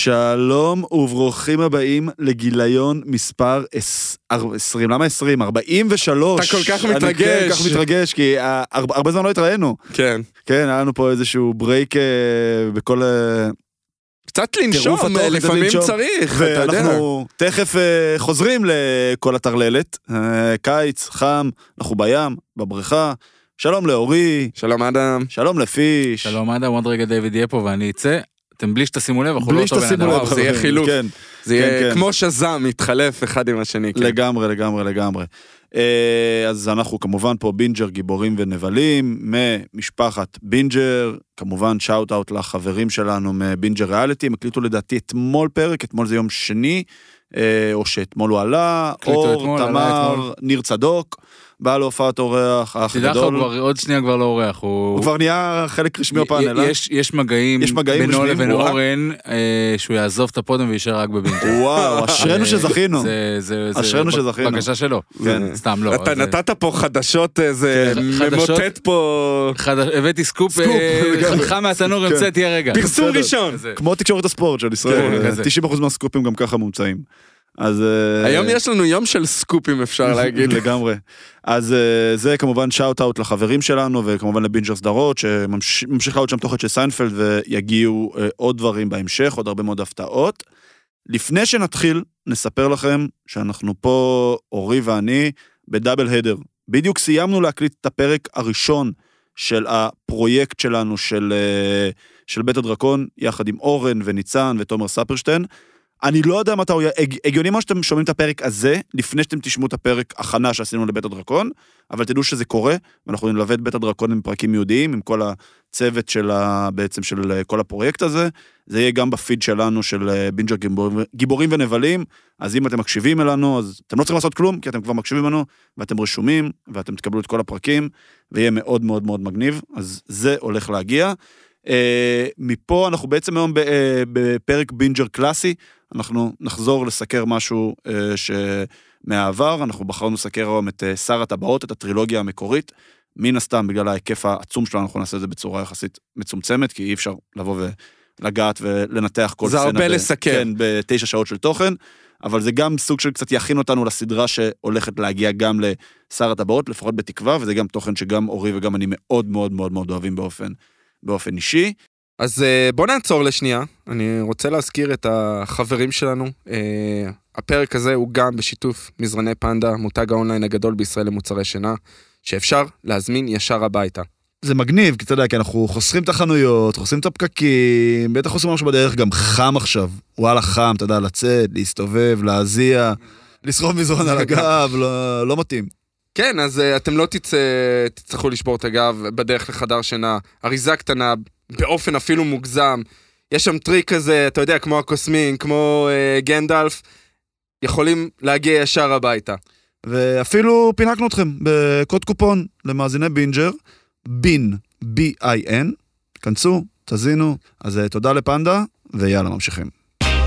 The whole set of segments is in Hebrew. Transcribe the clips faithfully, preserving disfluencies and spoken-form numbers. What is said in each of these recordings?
שלום וברוכים הבאים לגיליון מספר עשרים, למה עשרים? ארבעים ושלוש. אתה כל כך מתרגש. אני כל כך מתרגש, כי הרבה זמן לא התראינו. כן. כן, היה לנו פה איזשהו ברייק בכל... קצת לנשום, לפעמים צריך, ואנחנו תכף חוזרים לכל התרללת. קיץ, חם, אנחנו בים, בבריכה. שלום לאורי. שלום אדם. שלום לפיש. שלום אדם, עוד רגע דיוויד יהיה פה ואני אצא. אתם בלי שתשימו לב, אנחנו לא בלי שתשימו לב, זה יהיה חילוף. כן, זה יהיה כמו שזם, מתחלף אחד עם השני. לגמרי, לגמרי, לגמרי. אז אנחנו כמובן פה בינג'ר, גיבורים ונבלים, ממשפחת בינג'ר, כמובן שאוט אאוט לחברים שלנו מבינג'ר ריאליטי, הם הקליטו לדעתי אתמול פרק, אתמול זה יום שני, או שאתמול הוא עלה, אור, תמר, ניר צדוק, בא להופעת אורח, האח הגדול. עוד שנייה כבר לא אורח. הוא כבר נהיה חלק רשמי בפאנל. יש מגעים בינו לבין אורן, שהוא יעזוב את הפודם וישאר רק בבינג'ר. וואו, אשרנו שזכינו. אשרנו זה שזכינו. בקשה שלו. סתם לא. אתה נתת פה חדשות, זה ממוטט פה... הבאתי סקופ, חתיכה מהתנור, המצאתי הרגע. פרסום ראשון. כמו תקשורת הספורט של ישראל. תשעים אחוז מהסקופים גם ככה מומצאים. אז היום יש לנו יום של סקופים אפשר להגיד לגמרי. אז זה כמובן שאוט אאוט לחברים שלנו וכמובן לבינג'ר סדרות שממשיכה עוד שם תוכן של סיינפלד ויגיעו עוד דברים בהמשך, עוד הרבה מאוד הפתעות. לפני שנתחיל נספר לכם שאנחנו פה אורי ואני בדאבל הדר. בדיוק סיימנו להקליט את הפרק הראשון של הפרויקט שלנו של של בית הדרקון יחד עם אורן וניצן ותומר ספרשטיין. אני לא יודע מתי הוא יהיה, הגיוני מה שאתם שומעים את הפרק הזה, לפני שאתם תשמעו את הפרק הכנה שעשינו לבית הדרקון, אבל תדעו שזה קורה, ואנחנו נלווה את בית הדרקון עם פרקים יהודיים, עם כל הצוות של, בעצם של כל הפרויקט הזה, זה יהיה גם בפיד שלנו של בינג'ר גיבורים, גיבורים ונבלים, אז אם אתם מקשיבים אלינו, אז אתם לא צריכים לעשות כלום, כי אתם כבר מקשיבים אלינו, ואתם רשומים, ואתם תקבלו את כל הפרקים, ויהיה מאוד מאוד מאוד מגניב, אז זה הולך להגיע. Uh, מפה אנחנו בעצם היום בפרק בינג'ר קלאסי, אנחנו נחזור לסקר משהו uh, שמעבר, אנחנו בחרנו לסקר היום את uh, שר הטבעות, את הטרילוגיה המקורית, מן הסתם בגלל ההיקף העצום שלנו, אנחנו נעשה את זה בצורה יחסית מצומצמת, כי אי אפשר לבוא ולגעת ולנתח כל סצנה. זה הרבה לסקר. כן, בתשע שעות של תוכן, אבל זה גם סוג של קצת יכין אותנו לסדרה שהולכת להגיע גם לשר הטבעות, לפחות בתקווה, וזה גם תוכן שגם אורי וגם אני מאוד מאוד מאוד מאוד אוהבים באופן באופן אישי. אז בוא נעצור לשנייה, אני רוצה להזכיר את החברים שלנו, הפרק הזה הוא גם בשיתוף מזרני פנדה, מותג האונליין הגדול בישראל למוצרי שינה, שאפשר להזמין ישר הביתה. זה מגניב, כי אתה יודע, כי אנחנו חוסכים את החנויות, חוסכים את הפקקים, בטח חוסכים משהו בדרך, גם חם עכשיו, וואלה חם, אתה יודע, לצאת, להסתובב, להזיע, לסחוב מזרון על הגב, לא, לא מתאים. כן, אז uh, אתם לא תצא, תצטרכו לשבור את הגב בדרך לחדר שינה, אריזה קטנה, באופן אפילו מוגזם, יש שם טריק כזה, אתה יודע, כמו הקוסמים, כמו uh, גנדלף, יכולים להגיע ישר הביתה. ואפילו פינקנו אתכם בקוד קופון למאזיני בינג'ר, בין, בי איי אן, כנסו, תזינו, אז uh, תודה לפנדה, ויאללה, ממשיכים.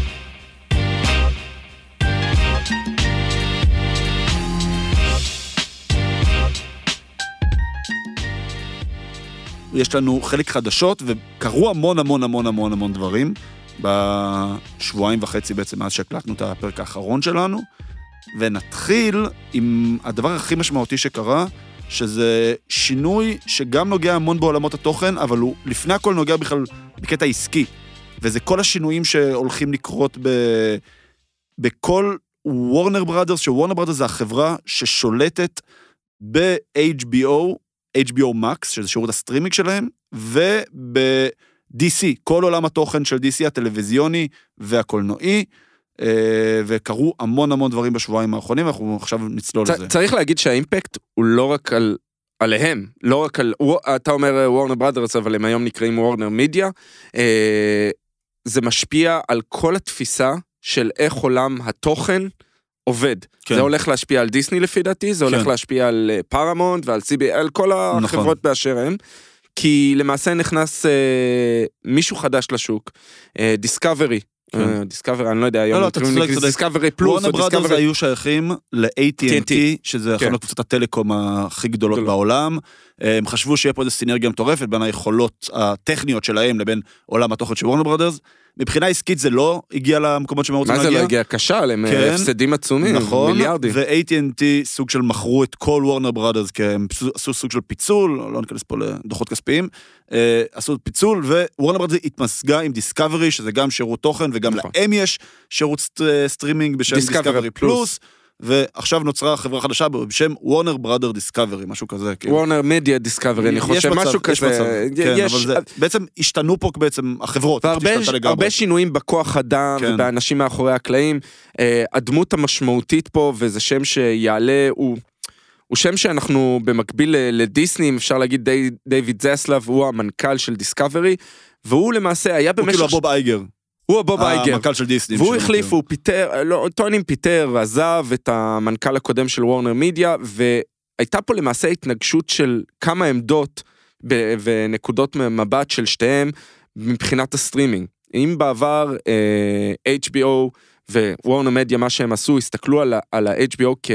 יש לנו חלק חדשות, וקרו המון המון המון המון המון דברים, בשבועיים וחצי בעצם מאז שהקלטנו את הפרק האחרון שלנו, ונתחיל עם הדבר הכי משמעותי שקרה, שזה שינוי שגם נוגע המון בעולמות התוכן, אבל הוא לפני הכל נוגע בכלל בקטע עסקי, וזה כל השינויים שהולכים לקרות ב... בכל וורנר בראדרס, שוורנר בראדרס זה החברה ששולטת ב-אייץ' בי או, אייץ' בי או Max, שזה שירות הסטרימינג שלהם, וב-די סי, כל עולם התוכן של די סי, הטלוויזיוני והקולנועי, וקרו המון המון דברים בשבועיים האחרונים, אנחנו עכשיו נצלול לזה. צריך להגיד שהאימפקט הוא לא רק על, עליהם, לא רק על, אתה אומר וורנר בראדרס, אבל הם היום נקראים וורנר מידיה, זה משפיע על כל התפיסה של איך עולם התוכן עובד. כן. זה הולך להשפיע על דיסני לפי דעתי, זה הולך כן. להשפיע על פארמונט ועל סי בי, על כל החברות נכון. באשר הם, כי למעשה נכנס אה, מישהו חדש לשוק, אה, דיסקאברי, כן. דיסקאברי, אני לא יודע, היום דיסקאברי פלוס או דיסקאברי. וורנר היו שייכים ל-איי טי אנד טי, שזה אחת קבוצות הטלקום הכי גדולות בעולם, הם חשבו שיהיה פה איזו סינרגיה מטורפת בין היכולות הטכניות שלהם לבין עולם התוכן של וורנר ברודרס, מבחינה עסקית זה לא הגיע למקומות שהם רוצים להגיע. מה זה לא הגיע? קשה, הם כן, הפסדים עצומים, נכון, מיליארדים. ו-איי טי אנד טי סוג של מכרו את כל וורנר בראדרס, כי הם עשו סוג של פיצול, לא ניכנס פה לדוחות כספיים, עשו פיצול, ווורנר בראדרס התמסגה עם דיסקאברי, שזה גם שירות תוכן, וגם נכון. להם יש שירות סטרימינג בשם דיסקאברי פלוס, ועכשיו נוצרה חברה חדשה בשם וורנר בראדר דיסקאברי, משהו כזה. וורנר מדיה דיסקאברי, אני חושב, משהו כזה. כן, אבל זה, בעצם השתנו פה בעצם החברות. והרבה שינויים בכוח אדם, ובאנשים מאחורי הקלעים. הדמות המשמעותית פה, וזה שם שיעלה, הוא... הוא שם שאנחנו במקביל לדיסני, אפשר להגיד דיוויד זסלב, הוא המנכ"ל של דיסקאברי, והוא למעשה היה במשך... הוא כאילו הבוב אייגר. הוא הבוב אייגר. המנכ"ל של דיסני. והוא החליף, הוא פיטר, לא, טוענים פיטר, עזב את המנכ"ל הקודם של וורנר מידיה, והייתה פה למעשה התנגשות של כמה עמדות ונקודות מבט של שתיהם מבחינת הסטרימינג. אם בעבר אייץ' בי או ווורנר מידיה, מה שהם עשו, הסתכלו על, על ה-אייץ' בי או כ...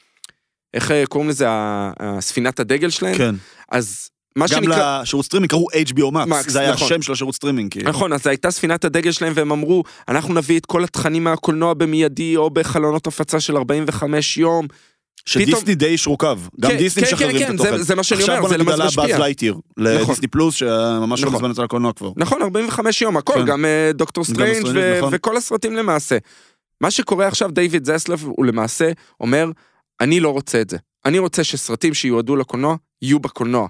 איך קוראים לזה, הספינת הדגל שלהם? כן. אז מה גם שנקרא... לשירות סטרימינג קראו אייץ' בי או Max, זה היה השם של השירות סטרימינג. נכון, אז הייתה ספינת הדגל שלהם, והם אמרו, אנחנו נביא את כל התכנים מהקולנוע במיידי, או בחלונות הפצה של ארבעים וחמישה יום. שדיסני די ישרו קו, גם דיסני משחררים את התוכן. זה מה שאני אומר, זה למעשה משפיע. עכשיו בוא נגדלה באז לייטיר, לדיסני פלוס, שממש לא מזמן יצא לקולנוע כבר. נכון, ארבעים וחמישה יום, הכל, גם דוקטור סטרנג' וכל הסרטים למעשה. מה שקורה עכשיו, דיוויד זסלב, הוא למעשה אומר, אני לא רוצה את זה. אני רוצה שסרטים שיועדו לקולנוע, יהיו בקולנוע.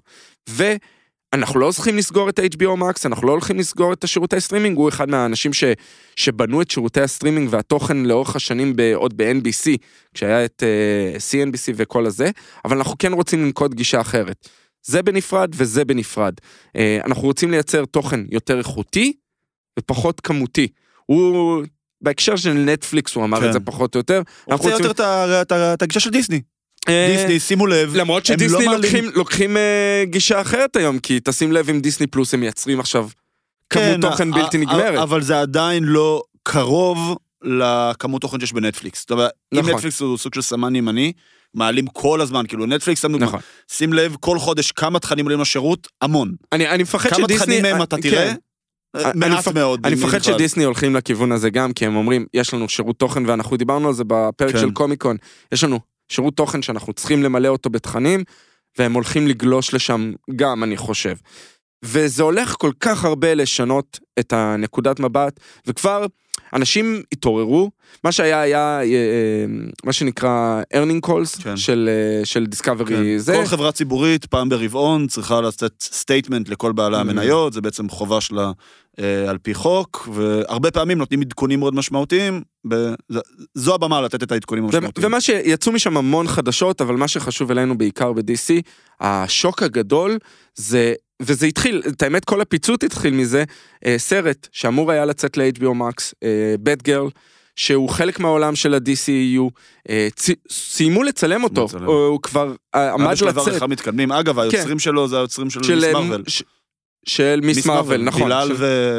ואנחנו לא הולכים לסגור את אייץ' בי או Max, אנחנו לא הולכים לסגור את השירותי הסטרימינג, הוא אחד מהאנשים ש, שבנו את שירותי הסטרימינג והתוכן לאורך השנים ב, עוד ב-אן בי סי, כשהיה את uh, סי אן בי סי וכל הזה, אבל אנחנו כן רוצים לנקוט גישה אחרת. זה בנפרד וזה בנפרד. Uh, אנחנו רוצים לייצר תוכן יותר איכותי ופחות כמותי. הוא... בהקשר של נטפליקס הוא אמר כן. את זה פחות או יותר. הוא רוצה רוצים... יותר את הגישה של דיסני. דיסני, שימו לב. למרות שדיסני לא לוקחים, מעלים... לוקחים uh, גישה אחרת היום, כי תשים לב עם דיסני פלוס הם מייצרים עכשיו כן, כמות תוכן ה- בלתי נגמרת. אבל זה עדיין לא קרוב לכמות תוכן שיש בנטפליקס. זאת אומרת, נכון. אם נטפליקס הוא סוג של סמן ימני, מעלים כל הזמן, כאילו נטפליקס, נכון. דוגמה, שים לב, כל חודש כמה תכנים עולים לשירות, המון. אני, אני מפחד כמה שדיסני... כמה תכנים מהם אתה תראה? כן. מעט מאוד. אני מפחד שדיסני הולכים לכיוון הזה גם, כי הם אומרים, יש לנו שירות תוכן, ואנחנו דיברנו על זה בפרק של קומיקון, יש לנו שירות תוכן שאנחנו צריכים למלא אותו בתכנים, והם הולכים לגלוש לשם גם, אני חושב. וזה הולך כל כך הרבה לשנות את הנקודת מבט, וכבר אנשים התעוררו, מה שהיה היה, מה שנקרא earning calls כן. של, של Discovery. כן. זה... כל חברה ציבורית, פעם ברבעון, צריכה לעשות סטייטמנט לכל בעלי המניות, זה בעצם חובה שלה אה, על פי חוק, והרבה פעמים נותנים עדכונים מאוד משמעותיים, ב... זו הבמה לתת את העדכונים המשמעותיים. ומה שיצאו משם המון חדשות, אבל מה שחשוב אלינו בעיקר ב-די סי, השוק הגדול זה... וזה התחיל, את האמת כל הפיצות התחיל מזה, אה, סרט שאמור היה לצאת ל-אייץ' בי או Max, אה, Bad Girl, שהוא חלק מהעולם של ה-די סי אי יו, אה, צ... סיימו לצלם אותו, לצלם. הוא, הוא כבר אה, עמד לצאת. עד בשלב מתקדמים, אגב, היוצרים כן. שלו זה היוצרים של, של מיס מרוול. ש... של מיס מרוול, נכון. בילal ו...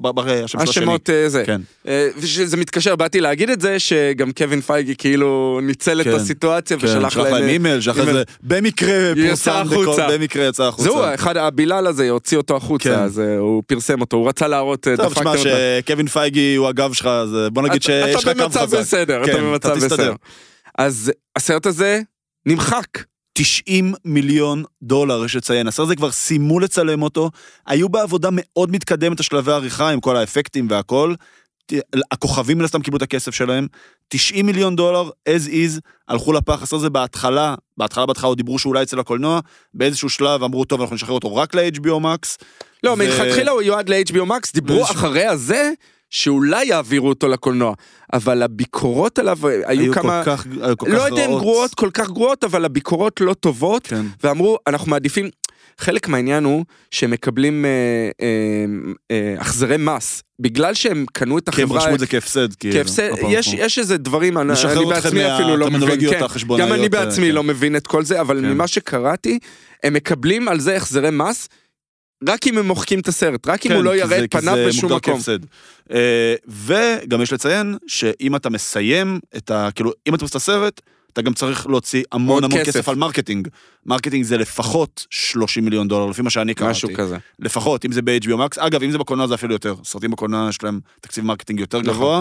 השמות זה. וזה מתקשר, באתי להגיד את זה, שגם קווין פייגי כאילו ניצל את הסיטואציה, ושלח להם אימייל, שאחרי זה במקרה פורסם, במקרה יצא החוצה. זהו, אחד, הבילal הזה הוציא אותו החוצה, אז הוא פרסם אותו, הוא רצה להראות, טוב, תשמע שקווין פייגי הוא הגב שלך, אז בוא נגיד שיש לך קו חזק. אתה במצב בסדר, אתה במצב בסדר. אז הסרט הזה נמחק. תשעים מיליון דולר, יש לציין. הסרט הזה כבר סיימו לצלם אותו, היו בעבודה מאוד מתקדמת השלבי העריכה, עם כל האפקטים והכל, הכוכבים מלסתם קיבלו את הכסף שלהם, תשעים מיליון דולר, as is, הלכו לפח, הסרט הזה בהתחלה, בהתחלה בהתחלה עוד דיברו שאולי אצל הקולנוע, באיזשהו שלב אמרו, טוב, אנחנו נשחרר אותו רק ל-אייץ' בי או Max. לא, ו... מלכתחילה הוא יועד ל-אייץ' בי או Max, דיברו אחרי הזה, שאולי יעבירו אותו לקולנוע, אבל הביקורות עליו היו, היו כמה, כל כך, היו כל לא יודע אם גרועות, כל כך גרועות, אבל הביקורות לא טובות, כן. ואמרו, אנחנו מעדיפים, חלק מהעניין הוא שהם מקבלים אה, אה, אה, החזרי מס, בגלל שהם קנו את החברה... כי הם רשמו את זה כהפסד. כהפסד, יש, יש איזה דברים, אני, אני בעצמי אפילו לא מבין, כן, גם אני בעצמי כן. לא מבין את כל זה, אבל כן. ממה שקראתי, הם מקבלים על זה החזרי מס, רק אם הם מוחקים את הסרט, רק אם הוא לא יראה את פניו בשום מקום. וגם יש לציין שאם אתה מסיים את ה... כאילו, אם אתה מסיים את הסרט, אתה גם צריך להוציא המון המון כסף על מרקטינג. מרקטינג זה לפחות שלושים מיליון דולר, לפי מה שאני קראתי. משהו כזה. לפחות, אם זה ב-אייץ' בי או Max, אגב, אם זה בקולנוע זה אפילו יותר, סרטים בקולנוע יש להם תקציב מרקטינג יותר גבוה,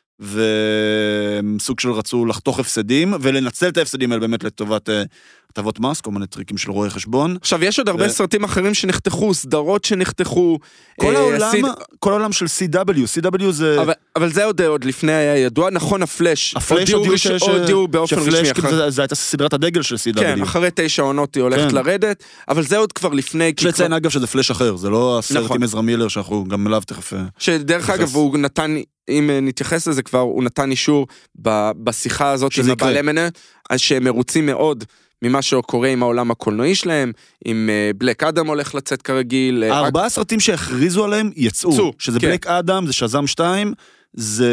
וסוג של רצו לחתוך הפסדים, ולנצל את ההפסדים האלה באמת לטובת הטבות מס, כל מיני טריקים של רואי חשבון. עכשיו, יש עוד הרבה סרטים אחרים שנחתכו, סדרות שנחתכו. כל העולם, כל העולם של סי דאבליו, סי דאבליו זה... אבל זה עוד לפני היה ידוע, נכון, הפלאש. הפלאש הודיעו באופן רשמי. זה הייתה סדרת הדגל של סי דאבליו. כן, אחרי תשע עונות היא הולכת לרדת, אבל זה עוד כבר לפני... יש לציין אגב שזה פלאש אחר, זה לא הסרט עם עזרא מילר שאנחנו גם אליו תכף... שדרך אגב הוא נתן, אם נתייחס לזה כבר, הוא נתן אישור בשיחה הזאת עם הבעלי מניה, אז שהם מרוצים מאוד ממה שקורה עם העולם הקולנועי שלהם, עם בלק אדם הולך לצאת כרגיל. ארבעה סרטים שהכריזו עליהם יצאו, שזה בלק אדם, זה שזם שתיים, זה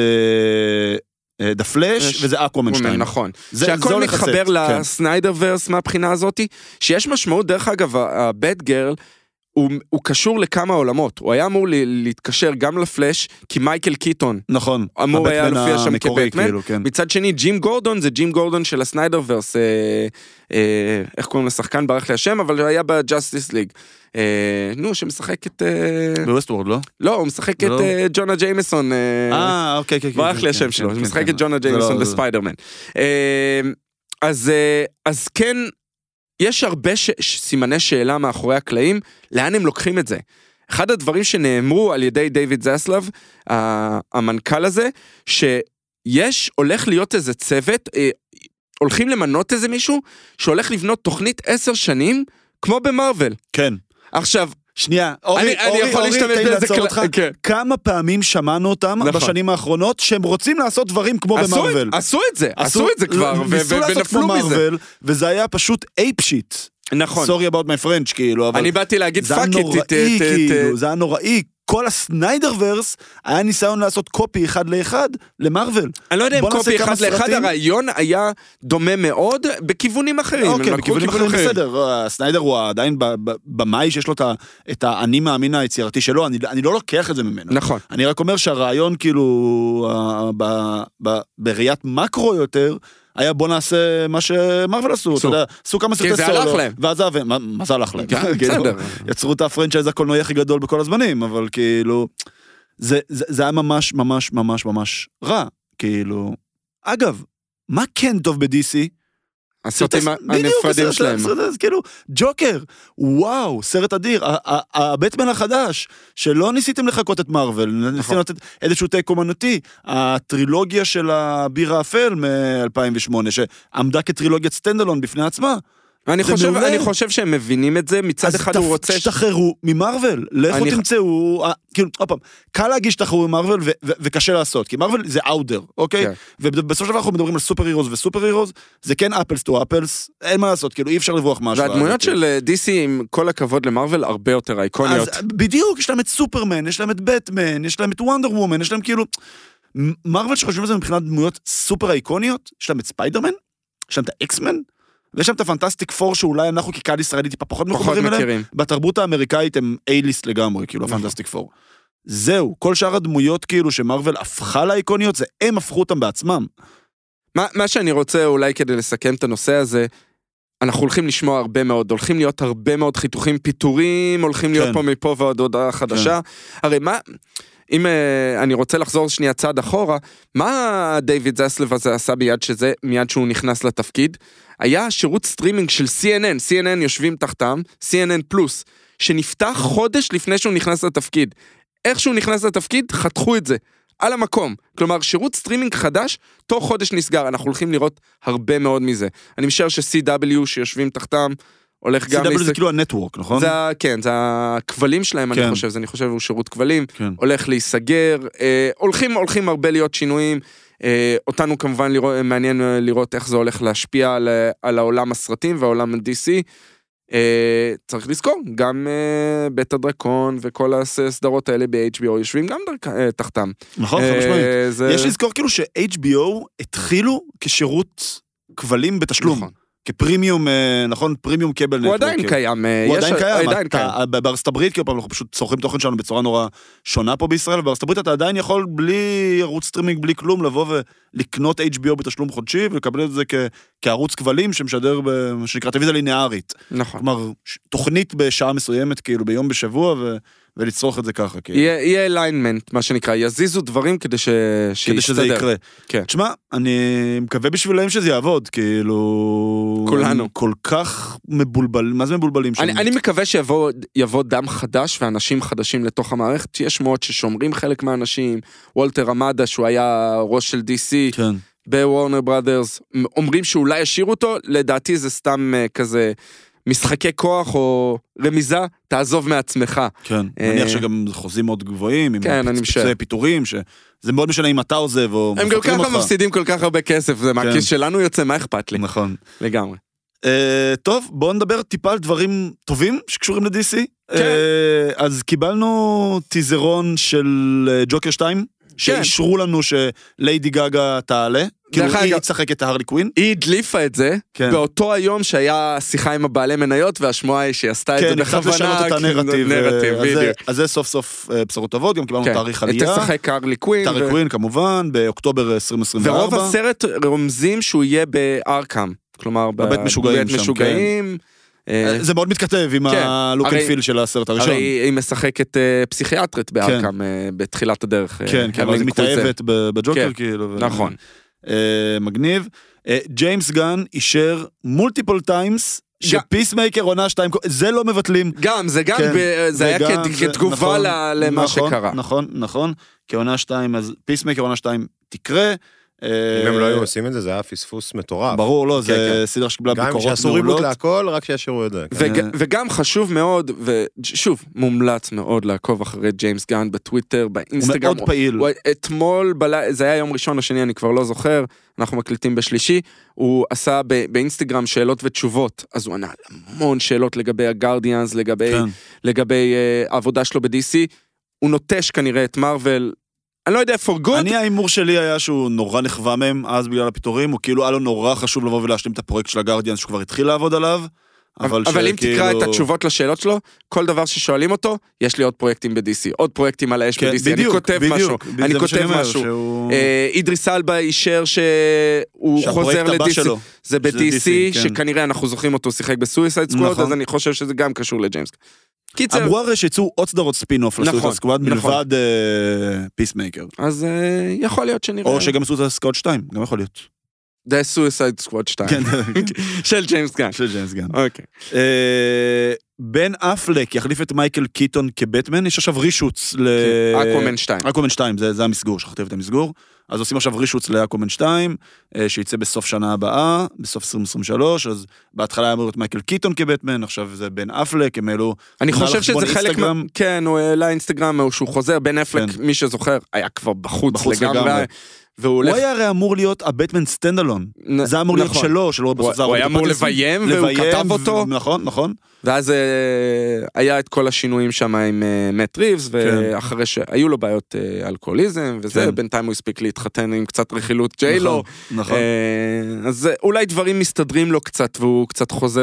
דה פלאש, וזה אקוואמן שתיים. נכון. שהכל מתחבר לסניידר ורס מהבחינה הזאת, שיש משמעות, דרך אגב, הבד גרל, הוא, הוא קשור לכמה עולמות, הוא היה אמור להתקשר גם לפלאש, כי מייקל קיטון, נכון, אמור היה להופיע שם כבטמן, כאילו, כן. מצד שני ג'ים גורדון, זה ג'ים גורדון של הסניידר ורס, אה, אה, איך קוראים לשחקן, ברח לי השם, אבל הוא היה בג'אסטיס ליג, אה, נו, שמשחק את... אה, בווסט וורד, לא? לא, הוא משחק את אה, ג'ונה ג'יימסון, אה, אוקיי, אוקיי, ברח לי השם שלו, הוא משחק את ג'ונה ג'יימסון בספיידרמן. אה, אז, אה, אז כן, יש הרבה ש... סימני שאלה מאחורי הקלעים, לאן הם לוקחים את זה? אחד הדברים שנאמרו על ידי דיוויד זסלב, המנכ"ל הזה, שיש, הולך להיות איזה צוות, הולכים למנות איזה מישהו, שהולך לבנות תוכנית עשר שנים, כמו במרוול. כן. עכשיו, שנייה, אורי, אני, אורי, אני יכול להשתמש בזה כל... כן. כמה פעמים שמענו אותם נכון. בשנים האחרונות, שהם רוצים לעשות דברים כמו עשו, במרוול. עשו את זה, עשו, עשו את זה כבר, ונפלו מזה. וזה היה פשוט אייפ שיט. נכון. Sorry about my French, כאילו, אבל... אני באתי להגיד פאק איט. כאילו, זה היה נוראי. כל הסניידר ורס היה ניסיון לעשות קופי אחד לאחד למרוול. אני לא יודע אם קופי אחד לאחד, הרעיון היה דומה מאוד בכיוונים אחרים. אוקיי, בכיוונים אחרים בסדר. הסניידר הוא עדיין במאי שיש לו את האני מאמין היצירתי שלו, אני לא לוקח את זה ממנו. נכון. אני רק אומר שהרעיון כאילו בראיית מקרו יותר, היה בוא נעשה מה שמרוול עשו, אתה יודע, עשו כמה סרטי סולו. כי זה הלך להם. ואז מה זה הלך להם? בסדר. יצרו את הפרנצ'ייז הקולנועי הכי גדול בכל הזמנים, אבל כאילו, זה היה ממש ממש ממש ממש רע, כאילו. אגב, מה כן טוב ב-די סי? הסרטים הנפרדים שלהם. כאילו, ג'וקר, וואו, סרט אדיר, הבטמן החדש, שלא ניסיתם לחכות את מרוול, ניסיתם לתת איזשהו טייק קומנותי, הטרילוגיה של הביר האפל מ-אלפיים ושמונה, שעמדה כטרילוגיית סטנדלון בפני עצמה, אני חושב, אני חושב שהם מבינים את זה, מצד אחד הוא רוצה... אז תשתחררו ממרוול, לכו תמצאו, כאילו, עוד פעם, קל להגיש תחררו ממרוול וקשה לעשות, כי מרוול זה אאודר, אוקיי? ובסוף של אנחנו מדברים על סופר הירוז וסופר הירוז, זה כן אפלס טו אפלס, אין מה לעשות, כאילו אי אפשר לברוח משהו. והדמויות של די סי, עם כל הכבוד למרוול, הרבה יותר אייקוניות. אז בדיוק, יש להם את סופרמן, יש להם את בטמן, יש להם את וונדר וומן, יש להם כאילו... מרוול שחושבים על זה מבחינת דמויות סופר אייקוניות, יש להם את ספיידרמן, יש להם את האקסמן, ויש שם את הפנטסטיק פור שאולי אנחנו כקהל ישראלי טיפה פחות מחוברים אליהם. בתרבות האמריקאית הם A-ליסט לגמרי, כאילו הפנטסטיק פור. זהו, כל שאר הדמויות כאילו שמרוול הפכה לאיקוניות, זה הם הפכו אותם בעצמם. מה, מה שאני רוצה אולי כדי לסכם את הנושא הזה, אנחנו הולכים לשמוע הרבה מאוד, הולכים להיות הרבה מאוד חיתוכים, פיתורים, הולכים להיות פה מפה ועוד הודעה חדשה. הרי מה... אם uh, אני רוצה לחזור שנייה צעד אחורה, מה דיוויד זסלב הזה עשה ביד שזה, מיד שהוא נכנס לתפקיד? היה שירות סטרימינג של סי אן אן, סי אן אן יושבים תחתם, סי אן אן פלוס, שנפתח חודש לפני שהוא נכנס לתפקיד. איך שהוא נכנס לתפקיד, חתכו את זה, על המקום. כלומר, שירות סטרימינג חדש, תוך חודש נסגר, אנחנו הולכים לראות הרבה מאוד מזה. אני משער ש-סי דאבליו שיושבים תחתם, הולך גם... סי דאבליו זה כאילו הנטוורק, נכון? זה, כן, זה הכבלים שלהם, אני חושב, זה אני חושב הוא שירות כבלים, הולך להיסגר, הולכים, הולכים הרבה להיות שינויים, אותנו כמובן מעניין לראות איך זה הולך להשפיע על, על העולם הסרטים והעולם ה-די סי, צריך לזכור, גם בית הדרקון וכל הסדרות האלה ב-אייץ' בי או יושבים גם תחתם. נכון, חד משמעית. יש לזכור כאילו ש-אייץ' בי או התחילו כשירות כבלים בתשלום. נכון. כפרימיום, נכון, פרימיום קבל נטוורק. הוא עדיין קיים. הוא עדיין קיים. עדיין קיים. בארצות הברית, כאילו, אנחנו פשוט צורכים תוכן שלנו בצורה נורא שונה פה בישראל, ובארצות הברית אתה עדיין יכול בלי ערוץ סטרימינג, בלי כלום, לבוא ולקנות אייץ' בי או בתשלום חודשי, ולקבל את זה כערוץ כבלים שמשדר במה שנקרא טלוויזיה ליניארית. נכון. כלומר, תוכנית בשעה מסוימת, כאילו, ביום בשבוע, ו... ולצרוך את זה ככה. כאילו. יהיה, יהיה אליינמנט, מה שנקרא, יזיזו דברים כדי ש... כדי שזה יקרה. כן. תשמע, אני מקווה בשבילם שזה יעבוד, כאילו... כולנו. כל כך מבולבל, מה זה מבולבלים? אני, אני מקווה שיבוא יבוא דם חדש ואנשים חדשים לתוך המערכת, יש מאוד ששומרים חלק מהאנשים, וולטר עמדה שהוא היה ראש של די סי, כן. בוורנר בראדרס, אומרים שאולי ישירו אותו, לדעתי זה סתם כזה... משחקי כוח או רמיזה, תעזוב מעצמך. כן, מניח שגם חוזים מאוד גבוהים, כן, אני משנה. עם פיתורים, שזה מאוד משנה אם אתה עוזב או הם גם ככה מפסידים כל כך הרבה כסף, זה מהכיס שלנו יוצא, מה אכפת לי? נכון. לגמרי. טוב, בואו נדבר טיפה על דברים טובים שקשורים ל-די סי. אז קיבלנו טיזרון של ג'וקר שתיים, שאישרו לנו שליידי גגה תעלה, כאילו היא תשחק את ההרלי קווין. היא הדליפה את זה, באותו היום שהיה שיחה עם הבעלי מניות, והשמועה היא שהיא עשתה את זה בכוונה. כן, קצת לשנות את הנרטיב. בדיוק. אז זה סוף סוף בשורות טובות, גם קיבלנו תאריך עלייה. תשחק ההרלי קווין. ההרלי קווין כמובן, באוקטובר עשרים עשרים וארבע. ורוב הסרט רומזים שהוא יהיה בארקאם, כלומר בבית משוגעים. זה מאוד מתכתב עם הלוק אנד פיל של הסרט הראשון. הרי היא משחקת פסיכיאטרית בארקאם בתחילת הדרך. כן, כן, היא מתאהבת בג'וקר כאילו. נכון. מגניב. ג'יימס גן אישר מולטיפל טיימס שפיסמייקר עונה שתיים, זה לא מבטלים. גם, זה גם, זה היה כתגובה למה שקרה. נכון, נכון. כעונה שתיים, אז פיסמייקר עונה שתיים תקרה. אם הם לא היו עושים את זה, זה היה פספוס מטורף. ברור, לא, זה סדרה שקיבלה ביקורות מעולות. גם שעשו ריבוט להכל, רק שישאירו את זה. וגם חשוב מאוד, ושוב, מומלץ מאוד לעקוב אחרי ג'יימס גן בטוויטר, באינסטגרם. הוא מאוד פעיל. אתמול, זה היה יום ראשון או שני, אני כבר לא זוכר, אנחנו מקליטים בשלישי, הוא עשה באינסטגרם שאלות ותשובות, אז הוא ענה המון שאלות לגבי הגארדיאנס, לגבי העבודה שלו ב-די סי, הוא נוטש כנראה את מארוול, אני לא יודע, for good. אני, האימור שלי היה שהוא נורא נחווה מהם, אז בגלל הפיתורים, הוא כאילו היה לו נורא חשוב לבוא ולהשלים את הפרויקט של הגארדיאנס, שהוא כבר התחיל לעבוד עליו. אבל, אבל אם תקרא את התשובות לשאלות שלו, כל דבר ששואלים אותו, יש לי עוד פרויקטים ב-די סי, עוד פרויקטים על האש ב-די סי, אני כותב משהו, אני כותב משהו. אידריס אלבה אישר שהוא חוזר ל-די סי, זה ב-די סי, שכנראה אנחנו זוכרים אותו שיחק בסויסייד סקוואד, אז אני חושב שזה גם קשור לג'יימס. אמרו הרי שיצאו עוד סדרות ספין-אוף לסויסייד סקוואד מלבד פיסמייקר. אז יכול להיות שנראה. או שגם סויסייד סקוואד שתיים, גם יכול להיות. זה סויסייד סקוואד שתיים. של ג'יימס גן. של ג'יימס גן. אוקיי. בן אפלק יחליף את מייקל קיטון כבטמן, יש עכשיו רישוץ ל... אקוומן שתיים. אקוומן שתיים, זה המסגור, שכתב את המסגור. אז עושים עכשיו רישוץ לאקוומן שתיים, שיצא בסוף שנה הבאה, בסוף עשרים עשרים ושלוש, אז בהתחלה היה אמור את מייקל קיטון כבטמן, עכשיו זה בן אפלק, הם העלו... אני חושב שזה חלק... כן, הוא העלה אינסטגרם, שהוא חוזר, בן אפלק, מי שזוכר, היה כבר בחוץ לגמרי. הוא היה הרי אמור להיות הבטמן סטנדלון, זה אמור להיות שלו, שלו בסוף. הוא היה אמור לביים, והוא כתב אותו. נכון, נכון. ואז היה את כל השינויים שם עם מאט ריבס, ואחרי שהיו לו בעיות אלכוהוליזם, וזה, בינתיים הוא הספיק להתחתן עם קצת רכילות ג'יילו. נכון. אז אולי דברים מסתדרים לו קצת, והוא קצת חוזר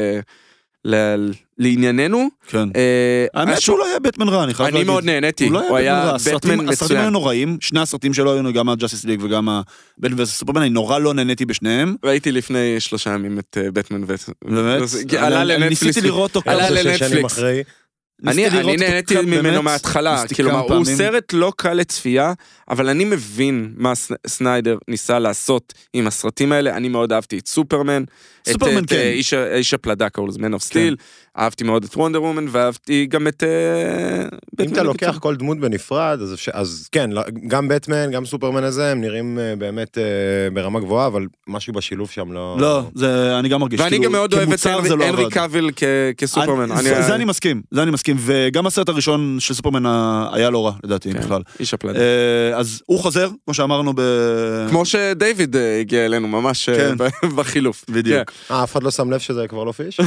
לענייננו. כן. האמת שהוא לא היה בטמן רע, אני חייב להגיד. אני מאוד נהניתי. הוא היה בטמן מצוין. הסרטים היו נוראים, שני הסרטים שלו היו גם הג'אסטיס ליג וגם הבטמן וסופרמן, אני נורא לא נהניתי בשניהם. ראיתי לפני שלושה ימים את בטמן ו... באמת? אני ניסיתי לראות אותו. עלה לנטפליקס. אני נהניתי ממנו מההתחלה, כלומר, הוא סרט לא קל לצפייה, אבל אני מבין מה סניידר ניסה לעשות עם הסרטים האלה, אני מאוד אהבתי את סופרמן, את איש הפלדה, קורלס מן אוף סטיל, אהבתי מאוד את וונדר וומן, ואהבתי גם את... אם אתה לוקח כל דמות בנפרד, אז כן, גם בטמן, גם סופרמן הזה, הם נראים באמת ברמה גבוהה, אבל משהו בשילוב שם לא... לא, אני גם מרגיש. ואני גם מאוד אוהב את הנרי קאביל כסופרמן. זה אני מסכים, זה אני מסכים, וגם הסרט הראשון של סופרמן היה לא רע, לדעתי, בכלל. איש הפלדה. אז הוא חוזר, כמו שאמרנו ב... כמו שדייוויד הגיע אלינו, ממש בחילוף. בדיוק. אה, אף אחד לא שם לב שזה כבר לא פיש?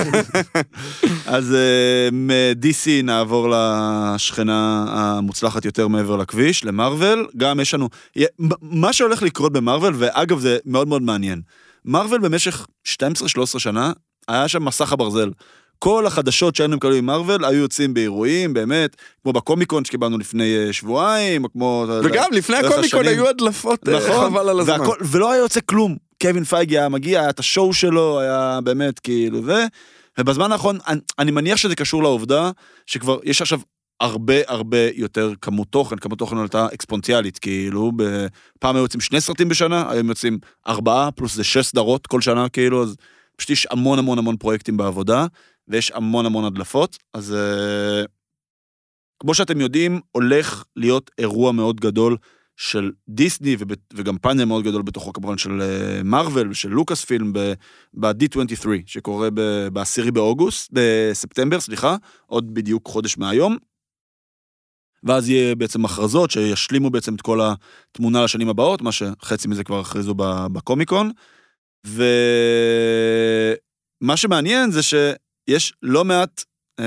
אז מ-די סי נעבור לשכנה המוצלחת יותר מעבר לכביש, למרוול, גם יש לנו, מה שהולך לקרות במרוול, ואגב זה מאוד מאוד מעניין, מרוול במשך שתים עשרה שלוש עשרה שנה, היה שם מסך הברזל. כל החדשות שהיינו מקבלים עם מרוול, היו יוצאים באירועים, באמת, כמו בקומיקון שקיבלנו לפני שבועיים, או כמו... וגם לפני הקומיקון היו הדלפות, חבל על הזמן. ולא היה יוצא כלום. קווין פייגי היה מגיע, היה את השואו שלו, היה באמת כאילו, ו... ובזמן האחרון, אני, אני מניח שזה קשור לעובדה, שכבר יש עכשיו הרבה הרבה יותר כמות תוכן, כמות תוכן עלתה אקספוננציאלית, כאילו, בפעם היו יוצאים שני סרטים בשנה, היום יוצאים ארבעה, פלוס זה שש סדרות כל שנה, כאילו, אז פשוט יש המון המון המון פרויקטים בעבודה, ויש המון המון הדלפות, אז כמו שאתם יודעים, הולך להיות אירוע מאוד גדול, של דיסני, וגם פאנל מאוד גדול בתוכו, כמובן של מרוול, ושל לוקאס פילם, ב-די עשרים ושלוש, שקורה בעשירי באוגוסט, בספטמבר, סליחה, עוד בדיוק חודש מהיום, ואז יהיה בעצם מכרזות, שישלימו בעצם את כל התמונה לשנים הבאות, מה שחצי מזה כבר הכריזו בקומיקון, ומה שמעניין זה שיש לא מעט,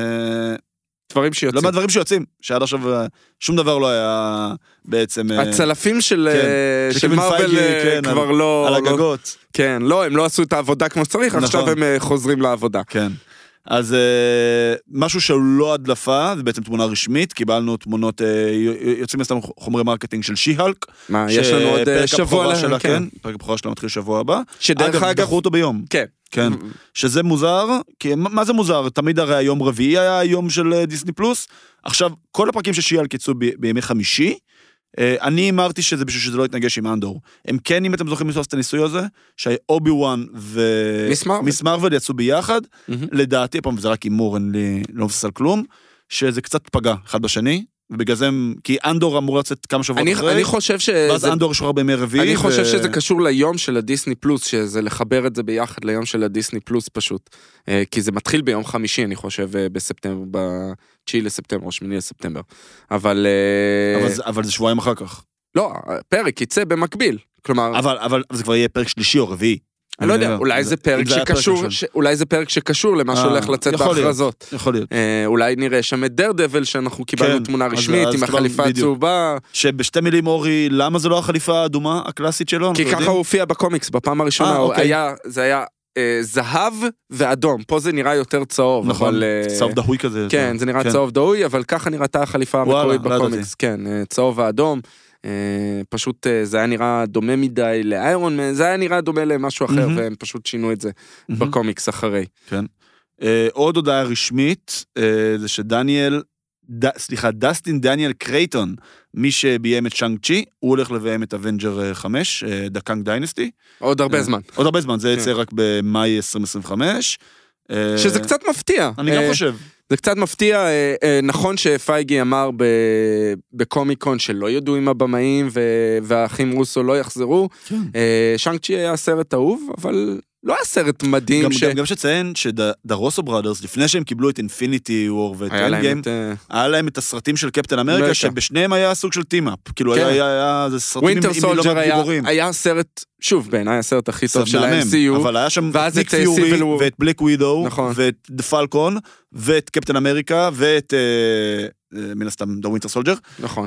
דברים שיוצאים. לא מהדברים שיוצאים, שעד עכשיו שום דבר לא היה בעצם... הצלפים של מרוול כבר לא... על הגגות. כן, לא, הם לא עשו את העבודה כמו שצריך, עכשיו הם חוזרים לעבודה. כן. אז משהו שהוא לא הדלפה, זה בעצם תמונה רשמית, קיבלנו תמונות, יוצאים מסתם חומרי מרקטינג של שי-הלק. מה, יש לנו עוד שבוע שלה, כן. פרק הבכורה שלה מתחיל שבוע הבא. שדרך אגב... דחו אותו ביום. כן. כן, שזה מוזר, כי מה זה מוזר? תמיד הרי היום רביעי היה היום של דיסני פלוס, עכשיו כל הפרקים של שי-הלק יצאו בימי חמישי, אני אמרתי שזה בשביל שזה לא יתנגש עם אנדור. הם כן, אם אתם זוכרים לסוף את הניסוי הזה, שאובי וואן ומיס מרוול יצאו ביחד, לדעתי, פעם זה רק אימור, אני לא מבסס על כלום, שזה קצת פגע אחד בשני, ובגלל זה, כי אנדור אמור לצאת כמה שבועות אחרי, אני חושב שזה... ואז אנדור שוחרר בימי רביעי. אני חושב שזה קשור ליום של הדיסני פלוס, שזה לחבר את זה ביחד ליום של הדיסני פלוס פשוט. כי זה מתחיל ביום חמישי, אני חושב, בספטמבר, בתשיעי לספטמבר, או שמיני לספטמבר. אבל... אבל זה שבועיים אחר כך. לא, פרק יצא במקביל. כלומר... אבל זה כבר יהיה פרק שלישי או רביעי. אני לא יודע, אולי זה פרק שקשור, אולי זה פרק שקשור למה שהולך לצאת בהכרזות. יכול להיות. אולי נראה שם את דרדבל, שאנחנו קיבלנו תמונה רשמית עם החליפה הצהובה. שבשתי מילים אורי, למה זה לא החליפה האדומה הקלאסית שלו? כי ככה הוא הופיע בקומיקס, בפעם הראשונה, זה היה זהב ואדום, פה זה נראה יותר צהוב. נכון, צהוב דהוי כזה. כן, זה נראה צהוב דהוי, אבל ככה נראתה החליפה המקורית בקומיקס, כן, צהוב ואדום. פשוט זה היה נראה דומה מדי לאיירון מן, זה היה נראה דומה למשהו אחר, והם פשוט שינו את זה בקומיקס אחרי. כן. עוד הודעה רשמית, זה שדניאל, סליחה, דסטין דניאל קרייטון, מי שביים את שאנג צ'י, הוא הולך לביים את אבנג'ר חמש, The Kang Dynasty. עוד הרבה זמן. עוד הרבה זמן, זה יצא רק במאי עשרים עשרים וחמש. שזה קצת מפתיע. אני גם חושב. זה קצת מפתיע, נכון שפייגי אמר בקומיקון שלא ידעו עם הבמאים והאחים רוסו לא יחזרו, שאנג צ'י היה סרט אהוב, אבל לא היה סרט מדהים. גם שציין שדרוסו ברודרס, לפני שהם קיבלו את אינפיניטי וור ואת אנדגיים, היה להם את הסרטים של קפטן אמריקה, שבשניהם היה סוג של טים-אפ, כאילו היה סרטים עם מילומת גיבורים. היה סרט, שוב בעיניי, הסרט הכי טוב של ה-אם סי יו, אבל היה שם ניק פיורי, ואת בלק ווידו, ואת דה פלקון, ואת קפטן אמריקה, ואת... מן הסתם, The Winter Soldier. נכון.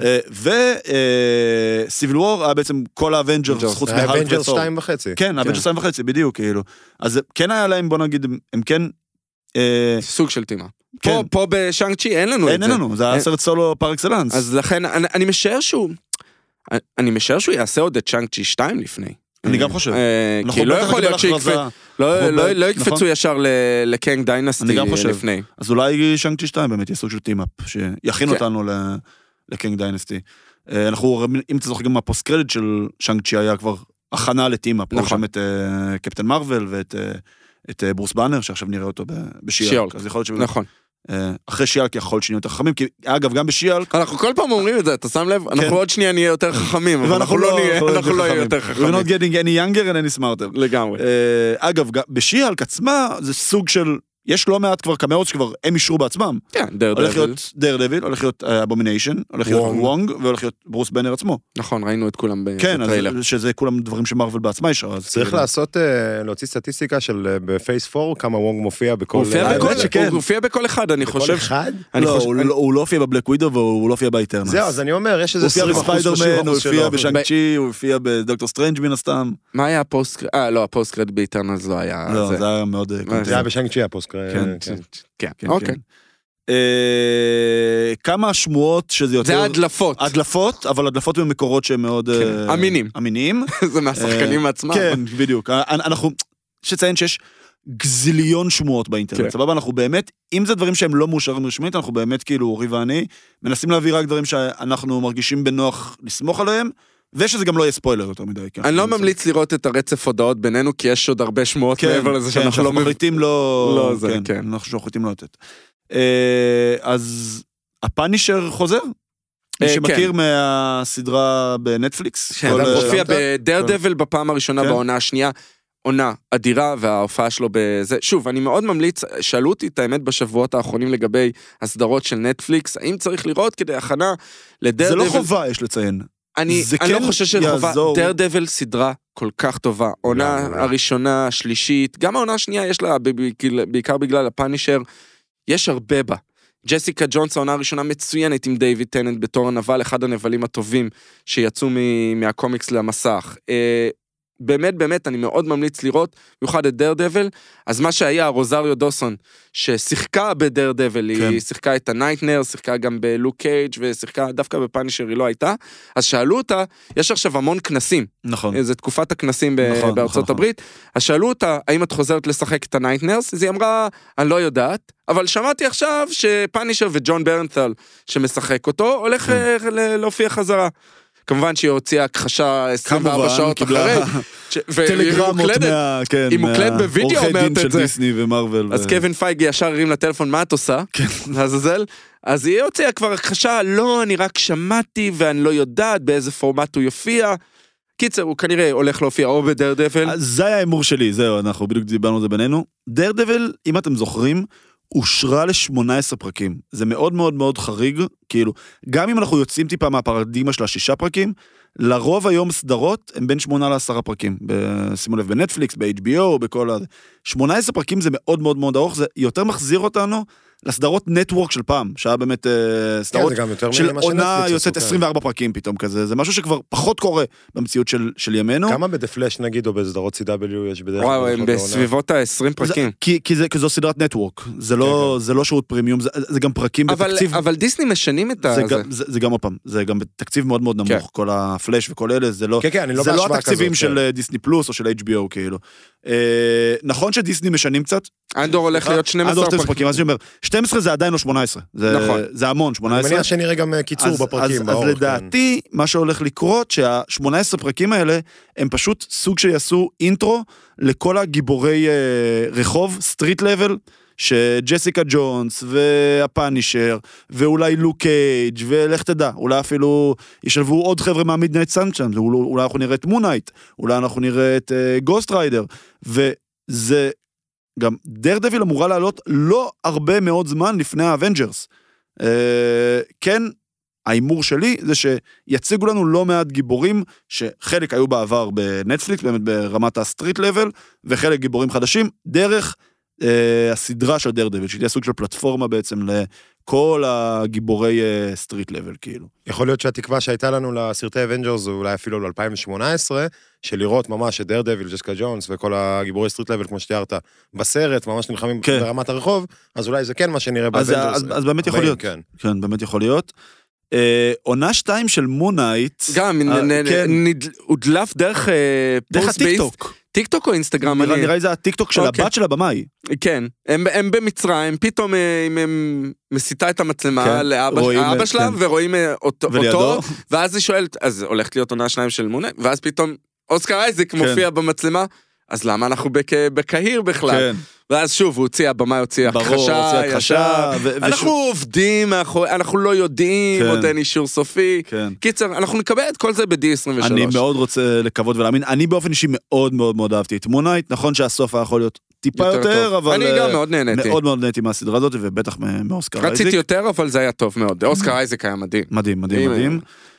וסיביל וור היה בעצם כל האבנג'רס, חוץ מהלק וסור. האבנג'רס שתיים וחצי. כן, האבנג'רס שתיים וחצי, בדיוק, כאילו. אז כן היה להם, בוא נגיד, הם כן... סוג של תימה. פה בשאנג צ'י אין לנו את זה. אין לנו, זה היה סרט סולו פר אקסלנס. אז לכן, אני משער שהוא... אני משער שהוא יעשה עוד את שאנג צ'י שתיים לפני. אני גם חושב. כי לא יכול להיות לא יקפצו ישר לקנג דיינסטי לפני. אז אולי שאנג צ'י שתיים באמת יהיה סוג של טימאפ, שיכין אותנו לקנג דיינסטי. אנחנו, אם אתה זוכר גם הפוסט קרדיט של שאנג צ'י היה כבר הכנה לטימאפ, פה שם את קפטן מרוול ואת ברוס באנר, שעכשיו נראה אותו בשיאלק. אז יכול להיות נכון. אחרי שיאלק יכול שנייה יותר חכמים, כי אגב גם בשיאלק... אנחנו כל פעם אומרים את זה, אתה שם לב? אנחנו עוד שנייה נהיה יותר חכמים, אבל אנחנו לא נהיה יותר חכמים. We're not getting any younger and any smarter. לגמרי. אגב, בשיאלק עצמה זה סוג של יש לא מעט כבר קמאות שכבר הם אישרו בעצמם. כן, דר הולך דביל. להיות דר דביל, הולך להיות אבומיניישן, הולך להיות וונג, והולך להיות ברוס בנר עצמו. נכון, ראינו את כולם כן, בטריילר. אז שזה כולם דברים שמרוול בעצמה אישרה. צריך לעשות, להוציא סטטיסטיקה של בפייס פור, כמה וונג מופיע בכל... הוא מופיע בכל אחד, אני חושב. בכל אחד? לא, הוא לא הופיע בבלק ווידו, והוא לא הופיע באיטרנס. זהו, אז אני אומר, יש איזה עשרים אחוז, ספיידרמן, הוא הופיע בשאנג צ'י, הוא הופיע בדוקטור סטרנג' מן הסתם. מה היה הפוסט... אה, לא, הפוסט קרד באיטרנס לא היה... לא, זה היה מאוד... זה היה בשאנג צ'י הפוסט קרד. כן, אוקיי. כמה שמועות שזה יותר... זה הדלפות. הדלפות, אבל הדלפות במקורות שהן מאוד... אמינים. אמינים. זה מהשחקנים עצמם. כן, בדיוק. אנחנו... שציין שיש גזיליון שמועות באינטרנט, סבבה? אנחנו באמת, אם זה דברים שהם לא מאושרים רשמית, אנחנו באמת כאילו, אורי ואני, מנסים להביא רק דברים שאנחנו מרגישים בנוח לסמוך עליהם, ושזה גם לא יהיה ספוילר יותר מדי. אני לא ממליץ לראות את הרצף הודעות בינינו, כי יש עוד הרבה שמועות מעבר לזה שאנחנו לא מחליטים לא... לא זה, כן. אנחנו מחליטים לא לתת. אז הפאנישר חוזר? מי שמכיר מהסדרה בנטפליקס? הוא הופיע בדר דביל בפעם הראשונה בעונה השנייה, עונה אדירה, וההופעה שלו בזה, שוב, אני מאוד ממליץ, שאלו אותי את האמת בשבועות האחרונים לגבי הסדרות של נטפליקס, האם צריך לראות כדי הכנה לדר דביל? זה לא חובה, יש לציין. אני, אני לא חושב שחובה, דר דביל סדרה כל כך טובה, עונה הראשונה, השלישית, גם העונה השנייה יש לה, בעיקר בגלל הפאנישר, יש הרבה בה. ג'סיקה ג'ונס, העונה הראשונה מצוינת עם דיוויד טננט בתור הנבל, אחד הנבלים הטובים שיצאו מהקומיקס למסך. באמת, באמת, אני מאוד ממליץ לראות, במיוחד את דר דביל, אז מה שהיה, רוזריו דוסון, ששיחקה בדר דביל, כן. היא שיחקה את הנייטנר, שיחקה גם בלוק קייג' ושיחקה דווקא בפאנישר, היא לא הייתה, אז שאלו אותה, יש עכשיו המון כנסים, נכון. זה תקופת הכנסים נכון, בארצות נכון, הברית, אז שאלו אותה, האם את חוזרת לשחק את הנייטנרס, אז היא אמרה, אני לא יודעת, אבל שמעתי עכשיו שפאנישר וג'ון ברנת'ל, שמשחק אותו, הולך כן. להופיע חזרה. כמובן שהיא הוציאה הכחשה עשרים וארבע שעות אחרי, טלגרמות מה... היא מוקלט בווידאו אומרת את זה. דיסני ומרוול. אז קווין פייגי ישר הרים לטלפון, מה את עושה? לעזאזל. אז היא הוציאה כבר הכחשה, לא, אני רק שמעתי ואני לא יודעת באיזה פורמט הוא יופיע. קיצר, הוא כנראה הולך להופיע או בדר דביל. זה היה האמור שלי, זהו, אנחנו בדיוק דיברנו על זה בינינו. דר דביל, אם אתם זוכרים, אושרה ל-שמונה עשרה פרקים. זה מאוד מאוד מאוד חריג, כאילו, גם אם אנחנו יוצאים טיפה מהפרדיגמה של השישה פרקים, לרוב היום סדרות הם בין שמונה לעשרה פרקים. שימו לב, בנטפליקס, ב-אייץ' בי או, בכל ה... שמונה עשרה פרקים זה מאוד מאוד מאוד ארוך, זה יותר מחזיר אותנו לסדרות נטוורק של פעם, שהיה באמת סדרות של עונה יוצאת עשרים וארבע פרקים פתאום כזה, זה משהו שכבר פחות קורה במציאות של ימינו. כמה בדפלש נגיד, או בסדרות סי דאבליו יש בדרך כלל? וואו, הם בסביבות ה-עשרים פרקים. כי זו סדרת נטוורק, זה לא שירות פרימיום, זה גם פרקים בתקציב. אבל דיסני משנים את זה. זה גם הפעם, זה גם בתקציב מאוד מאוד נמוך, כל הפלש וכל אלה, זה לא התקציבים של דיסני פלוס או של אייץ' בי או כאילו. נכון שדיסני משנים קצת. אנדור הולך להיות שנים עשר פרקים, אז אני אומר, שתים עשרה זה עדיין לא שמונה עשרה, זה המון, שמונה עשרה. אני מניח שנראה גם קיצור בפרקים. אז לדעתי, מה שהולך לקרות, שה-שמונה עשרה פרקים האלה, הם פשוט סוג שיעשו אינטרו, לכל הגיבורי רחוב, סטריט לבל, שג'סיקה ג'ונס, והפאנישר, ואולי לוק קייג' ולך תדע, אולי אפילו ישלבו עוד חבר'ה מהמידנייט סנשן, אולי אנחנו נראה את מונייט, אולי אנחנו נראה את גוסט ריידר, וזה... גם דר דביל אמורה לעלות לא הרבה מאוד זמן לפני האבנג'רס. אה, כן, האימור שלי זה שיציגו לנו לא מעט גיבורים, שחלק היו בעבר בנטפליקס, באמת ברמת הסטריט לבל, וחלק גיבורים חדשים, דרך אה, הסדרה של דר דביל, שתהיה סוג של פלטפורמה בעצם לכל הגיבורי אה, סטריט לבל, כאילו. יכול להיות שהתקווה שהייתה לנו לסרטי אבנג'רס, אולי אפילו ל-אלפיים שמונה עשרה, של לראות ממש את דר דביל, ג'סיקה ג'ונס, וכל הגיבורי סטריט לבל, כמו שתיארת, בסרט, ממש נלחמים כן. ברמת הרחוב, אז אולי זה כן מה שנראה באבנג'רס. אז, אז באמת יכול להיות. כן, כן באמת יכול להיות. אה, עונה שתיים של מונייט. גם, אה, נ, כן. נד, הודלף דרך, דרך הטיקטוק. טיקטוק או אינסטגרם? נראה, אני... נראה זה הטיקטוק של אוקיי. הבת של הבמאי. כן, הם, הם במצרים, פתאום הם, הם מסיתה את המצלמה כן. לאבא רואים, האבא שלה, כן. ורואים אותו, אותו, ואז היא שואלת, אז הולכת להיות עונה שניים של מונייט, ואז פתאום אוסקר אייזק כן. מופיע במצלמה, אז למה אנחנו בק... בקהיר בכלל? כן. ואז שוב, הוא הוציא, הבמה הוציא הכחשה, ישר. ו- אנחנו ושוב... עובדים, אנחנו לא יודעים, כן. עוד אין אישור סופי. כן. קיצר, אנחנו נקבל את כל זה ב-די עשרים ושלוש. אני מאוד רוצה לקוות ולהאמין. אני באופן אישי מאוד מאוד מאוד אהבתי את מונייט. נכון שהסוף היה יכול להיות טיפה יותר, אבל... אני גם מאוד נהניתי. מאוד מאוד נהניתי מהסדרה הזאת, ובטח מאוסקר אייזק. רציתי יותר, אבל זה היה טוב מאוד. אוסקר אייזק היה מדהים. מדהים, מדהים, מדהים.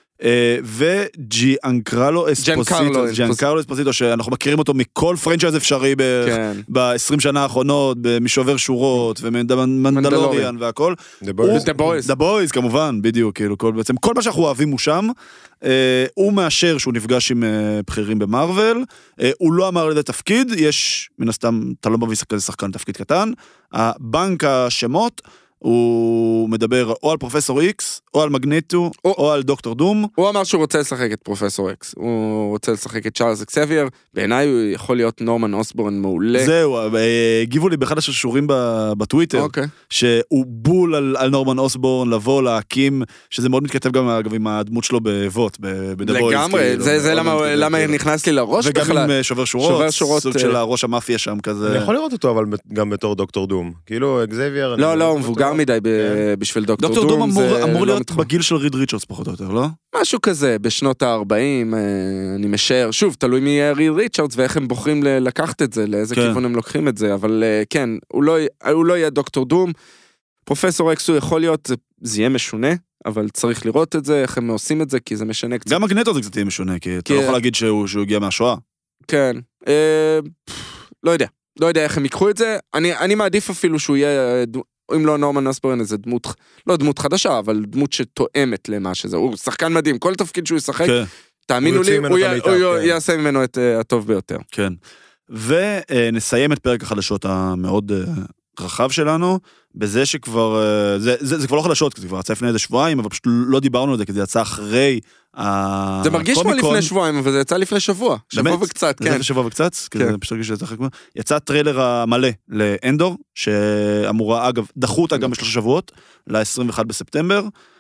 וג'יאנקרלו אספוסיטו, ג'יאנקרלו אספוסיטו, שאנחנו מכירים אותו מכל פרנצ'ייז אפשרי ב-עשרים שנה האחרונות, בשובר שורות, ומנדלוריאן והכל. The Boys, כמובן, בדיוק, בעצם כל מה שאנחנו אוהבים הוא שם. הוא מאשר שהוא נפגש עם בכירים במרוול, הוא לא אמר לידי תפקיד, יש, מן הסתם, אתה לא מביא כזה שחקן תפקיד קטן, הבנק השמות, הוא מדבר או על פרופסור איקס, או על מגנטו, או, או על דוקטור דום. הוא אמר שהוא רוצה לשחק את פרופסור איקס, הוא רוצה לשחק את צ'ארלס אקסבייר, בעיניי הוא יכול להיות נורמן אוסבורן מעולה. זהו, הגיבו לי באחד הששורים בטוויטר, okay. שהוא בול על, על נורמן אוסבורן, לבוא, להקים, שזה מאוד מתכתב גם אגב, עם הדמות שלו בבוט, בדבויז. לגמרי, כאילו, זה, זה למה, למה נכנס לי לראש וגם בכלל. וגם עם שובר שורות, שובר שורות, סוג של הראש המאפיה שם כזה. אני יכול לראות אותו, אבל גם בתור דוקטור דום. כאילו, אקסבייר... לא, לא, הוא מבוגר מדי בשביל דוקטור דום. דוקטור דום אמור להיות בגיל של ריד ריצ'רדס פחות או יותר, לא? משהו כזה, בשנות ה-ארבעים, אני משער, שוב, תלוי מי יהיה ריד ריצ'רדס, ואיך הם בוחרים לקחת את זה, לאיזה כיוון הם לוקחים את זה, אבל כן, הוא לא יהיה דוקטור דום, פרופסור אקס הוא יכול להיות, זה יהיה משונה, אבל צריך לראות את זה, איך הם עושים את זה, כי זה משנה קצת. גם מגנטו זה קצת יהיה משונה, כי אתה לא יכול להגיד שהוא הגיע מהשואה. כן, לא יודע, לא יודע איך הם ייקחו את זה, אני מעדיף אפילו שהוא יהיה... אם לא נורמן אוסבורן, איזה דמות, לא דמות חדשה, אבל דמות שתואמת למה שזה. הוא שחקן מדהים, כל תפקיד שהוא ישחק, תאמינו לי, הוא יעשה ממנו את הטוב ביותר. כן. ונסיים את פרק החדשות המאוד רחב שלנו, בזה שכבר, זה כבר לא חדשות, כי זה כבר יצא לפני איזה שבועיים, אבל פשוט לא דיברנו על זה, כי זה יצא אחרי הקומיקון. זה מרגיש כמו לפני שבועיים, אבל זה יצא לפני שבוע. שבוע וקצת, כן. זה שבוע וקצת, כי זה פשוט הרגיש שזה יצא כמו. יצא הטריילר המלא לאנדור, שאמורה, אגב, דחו אותה גם בשלושה שבועות, ל-עשרים ואחד בספטמבר.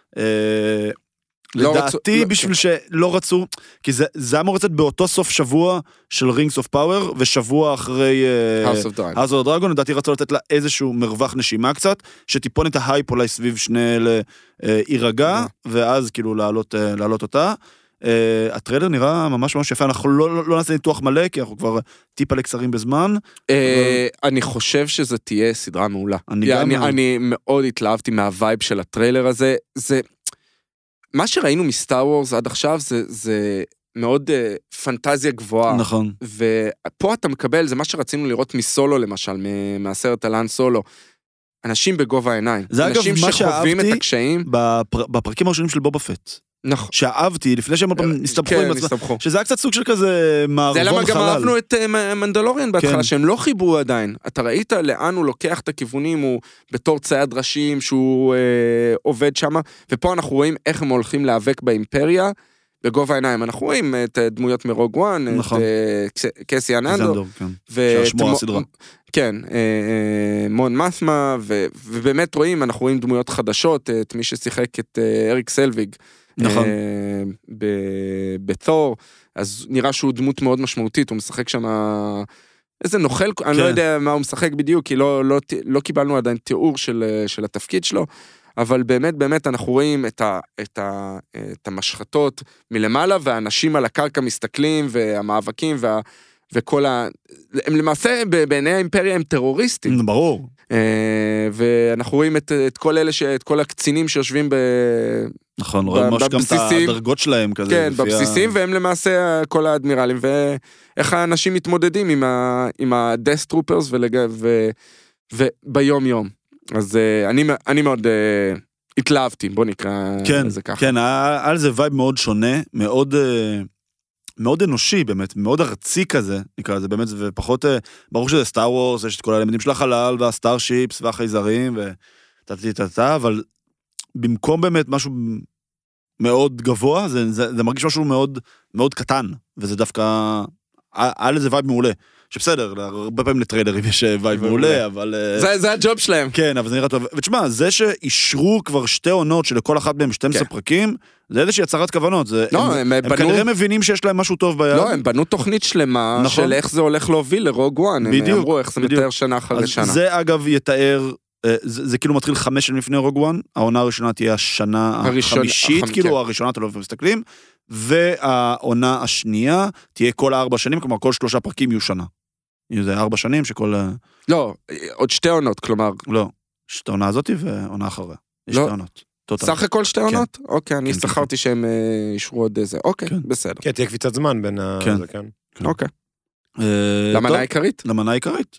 לדעתי בשביל שלא רצו, כי זה אמור לצאת באותו סוף שבוע של Rings of Power, ושבוע אחרי House of Dragon, לדעתי רצו לתת לה איזשהו מרווח נשימה קצת, שטיפון את ההייפ אולי סביב שני אלה יירגע, ואז כאילו להעלות אותה. הטריילר נראה ממש ממש יפה, אנחנו לא נעשה ניתוח מלא, כי אנחנו כבר טיפה לקצרים בזמן. אני חושב שזה תהיה סדרה מעולה. אני מאוד התלהבתי מהווייב של הטריילר הזה, זה... מה שראינו מסטאר וורס עד עכשיו זה, זה מאוד uh, פנטזיה גבוהה. נכון. ופה אתה מקבל, זה מה שרצינו לראות מסולו למשל, מהסרט אלן סולו. אנשים בגובה העיניים. זה אגב מה שאהבתי הקשיים. בפר, בפרקים הראשונים של בובה פט. נכון. שאהבתי, לפני שהם הסתבכו עם עצמם, שזה היה קצת סוג של כזה מערבון חלל. זה למה גם אהבנו את מנדלוריאן בהתחלה, שהם לא חיברו עדיין. אתה ראית לאן הוא לוקח את הכיוונים, הוא בתור צייד ראשים, שהוא עובד שם, ופה אנחנו רואים איך הם הולכים להיאבק באימפריה, בגובה העיניים. אנחנו רואים את דמויות מרוג וואן, את קסי אננדו, שהשמוע הסדרה. כן, מון מסמה, ובאמת רואים, אנחנו רואים דמויות חדשות, את מי ששיחק את אריק סלוויג, נכון. בתור, אז נראה שהוא דמות מאוד משמעותית, הוא משחק שם איזה נוכל, אני לא יודע מה הוא משחק בדיוק, כי לא קיבלנו עדיין תיאור של התפקיד שלו, אבל באמת באמת אנחנו רואים את המשחטות מלמעלה, והאנשים על הקרקע מסתכלים, והמאבקים, וכל ה... הם למעשה בעיני האימפריה הם טרוריסטים. ברור. ואנחנו רואים את כל אלה, את כל הקצינים שיושבים ב... נכון, רואים ממש גם את הדרגות שלהם כזה. כן, בבסיסים, והם למעשה כל האדמירלים, ואיך האנשים מתמודדים עם ה-Death Troopers וביום יום. אז אני מאוד התלהבתי, בוא נקרא לזה ככה. כן, היה לזה וייב מאוד שונה, מאוד... מאוד אנושי באמת, מאוד ארצי כזה, נקרא לזה באמת, ופחות, ברור שזה סטאר וורס, יש את כל האלמנטים של החלל, והסטארשיפס, והחייזרים, ותתתתתה, אבל במקום באמת משהו מאוד גבוה, זה, זה, זה מרגיש משהו מאוד, מאוד קטן, וזה דווקא, היה לזה וייב מעולה. שבסדר, הרבה פעמים לטריילרים יש וייב מעולה, אבל... זה, זה הג'וב שלהם. כן, אבל זה נראה טוב. ותשמע, זה שאישרו כבר שתי עונות שלכל אחת מהם שתים עשרה פרקים, זה איזושהי הצהרת כוונות. לא, הם, הם, הם כנראה מבינים שיש להם משהו טוב ביד. לא, הם בנו תוכנית שלמה נכון. של איך זה הולך להוביל לרוג וואן. הם אמרו איך זה מתאר שנה אחרי שנה. זה אגב יתאר... זה, זה כאילו מתחיל חמש שנים לפני רוג וואן, העונה הראשונה תהיה השנה הראשון, החמישית, החמ... כאילו כן. הראשונה אתה לא מסתכלים, והעונה השנייה תהיה כל הארבע שנים, כלומר כל שלושה פרקים יהיו שנה. יהיו זה ארבע שנים שכל... לא, עוד שתי עונות, כלומר... לא, שתי עונה הזאת ועונה אחריה. יש לא. שתי עונות. סך הכל שתי עונות? אוקיי, אני זכרתי שהם ישרו עוד איזה, אוקיי, בסדר. כן, תהיה קפיצת זמן בין ה... כן. אוקיי. למנה העיקרית? למנה העיקרית.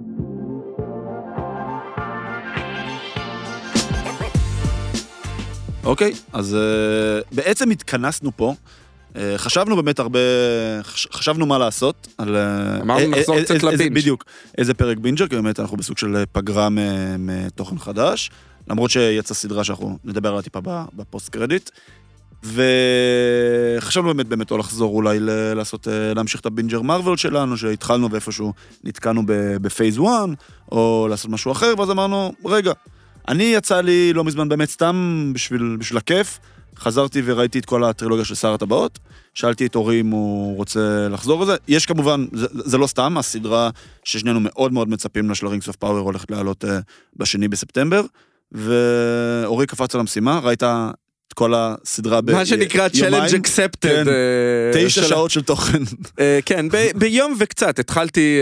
אוקיי, אז בעצם התכנסנו פה, חשבנו באמת הרבה, חשבנו מה לעשות, אמרנו נחזור קצת לבינג'. בדיוק, איזה פרק בינג'ר, כי באמת אנחנו בסוג של פגרה מתוכן חדש, למרות שיצא סדרה שאנחנו נדבר עליה טיפה בפוסט קרדיט, וחשבנו באמת באמת או לחזור אולי לעשות, להמשיך את הבינג'ר מרוול שלנו, שהתחלנו ואיפשהו נתקענו בפייז אחת, או לעשות משהו אחר, ואז אמרנו, רגע, אני יצא לי לא מזמן באמת סתם בשביל, בשביל הכיף, חזרתי וראיתי את כל הטרילוגיה של שר הטבעות, שאלתי את אורי אם הוא רוצה לחזור לזה, יש כמובן, זה, זה לא סתם, הסדרה ששנינו מאוד מאוד מצפים לה של רינגס אוף פאוור הולכת לעלות uh, בשני בספטמבר, ואורי קפץ על המשימה, ראית את כל הסדרה ביומיים. מה שנקרא challenge accepted. כן, תשע שעות של תוכן. כן, ביום וקצת, התחלתי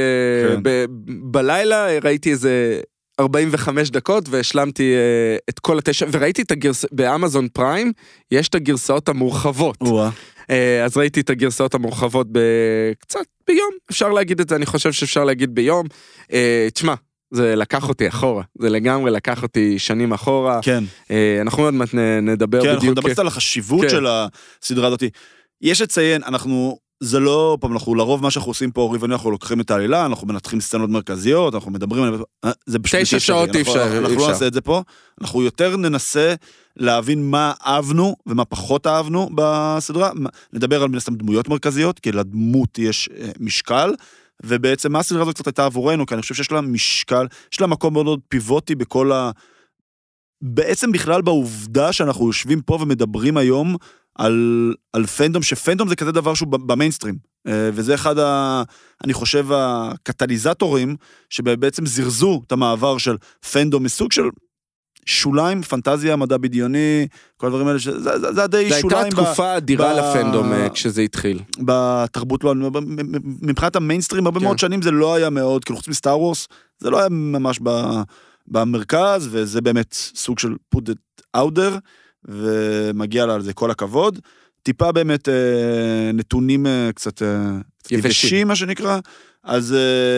בלילה, ראיתי איזה ארבעים וחמש דקות, והשלמתי את כל התשע, וראיתי את הגרסאות, באמזון פריים, יש את הגרסאות המורחבות. אז ראיתי את הגרסאות המורחבות בקצת ביום, אפשר להגיד את זה, אני חושב שאפשר להגיד ביום. תשמע, זה לקח אותי אחורה, זה לגמרי לקח אותי שנים אחורה. כן. אנחנו עוד מעט נדבר בדיוק. כן, אנחנו נדבר קצת על החשיבות של הסדרה הזאת. יש לציין, אנחנו, זה לא, פעם אנחנו, לרוב מה שאנחנו עושים פה, אורי ואני, אנחנו לוקחים את העלילה, אנחנו מנתחים סצנות מרכזיות, אנחנו מדברים, זה פשוט... תשע שעות אי אפשר. אנחנו לא נעשה את זה פה, אנחנו יותר ננסה להבין מה אהבנו ומה פחות אהבנו בסדרה, נדבר על מנסתם דמויות מרכזיות, כי לדמות יש משקל, ובעצם מה הסדרה הזאת קצת הייתה עבורנו, כי אני חושב שיש לה משקל, יש לה מקום מאוד מאוד פיבוטי בכל ה... בעצם בכלל בעובדה שאנחנו יושבים פה ומדברים היום על, על פנדום, שפנדום זה כזה דבר שהוא במיינסטרים, וזה אחד, ה, אני חושב, הקטליזטורים, שבעצם זרזו את המעבר של פנדום מסוג של שוליים, פנטזיה, מדע בדיוני, כל הדברים האלה, זה, זה, זה די זה שוליים. הייתה תקופה אדירה לפנדום כשזה התחיל. בתרבות, מבחינת המיינסטרים, הרבה מאוד שנים זה לא היה מאוד, כאילו חוץ מסטאר וורס, זה לא היה ממש במרכז, וזה באמת סוג של put it out there, ומגיע לה על זה כל הכבוד. טיפה באמת נתונים קצת יבשים, מה שנקרא. אז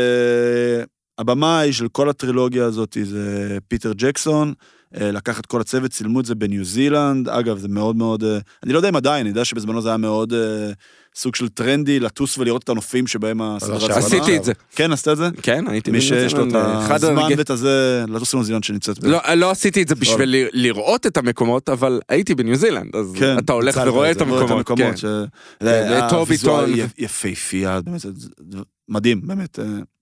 הבמאי של כל הטרילוגיה הזאת זה פיטר ג'קסון, לקח את כל הצוות, צילמו את זה בניו זילנד, אגב זה מאוד מאוד, אני לא יודע אם עדיין, אני יודע שבזמנו זה היה מאוד סוג של טרנדי, לטוס ולראות את הנופים שבהם הסדרה. עשיתי את זה. כן, עשית את זה? כן, הייתי מי שיש לו את הזמן ואת הזה, לטוס לניו זילנד שניצאת. לא עשיתי את זה בשביל לראות את המקומות, אבל הייתי בניו זילנד, אז אתה הולך ורואה את המקומות. הוויזואל יפהפייה, מדהים, באמת.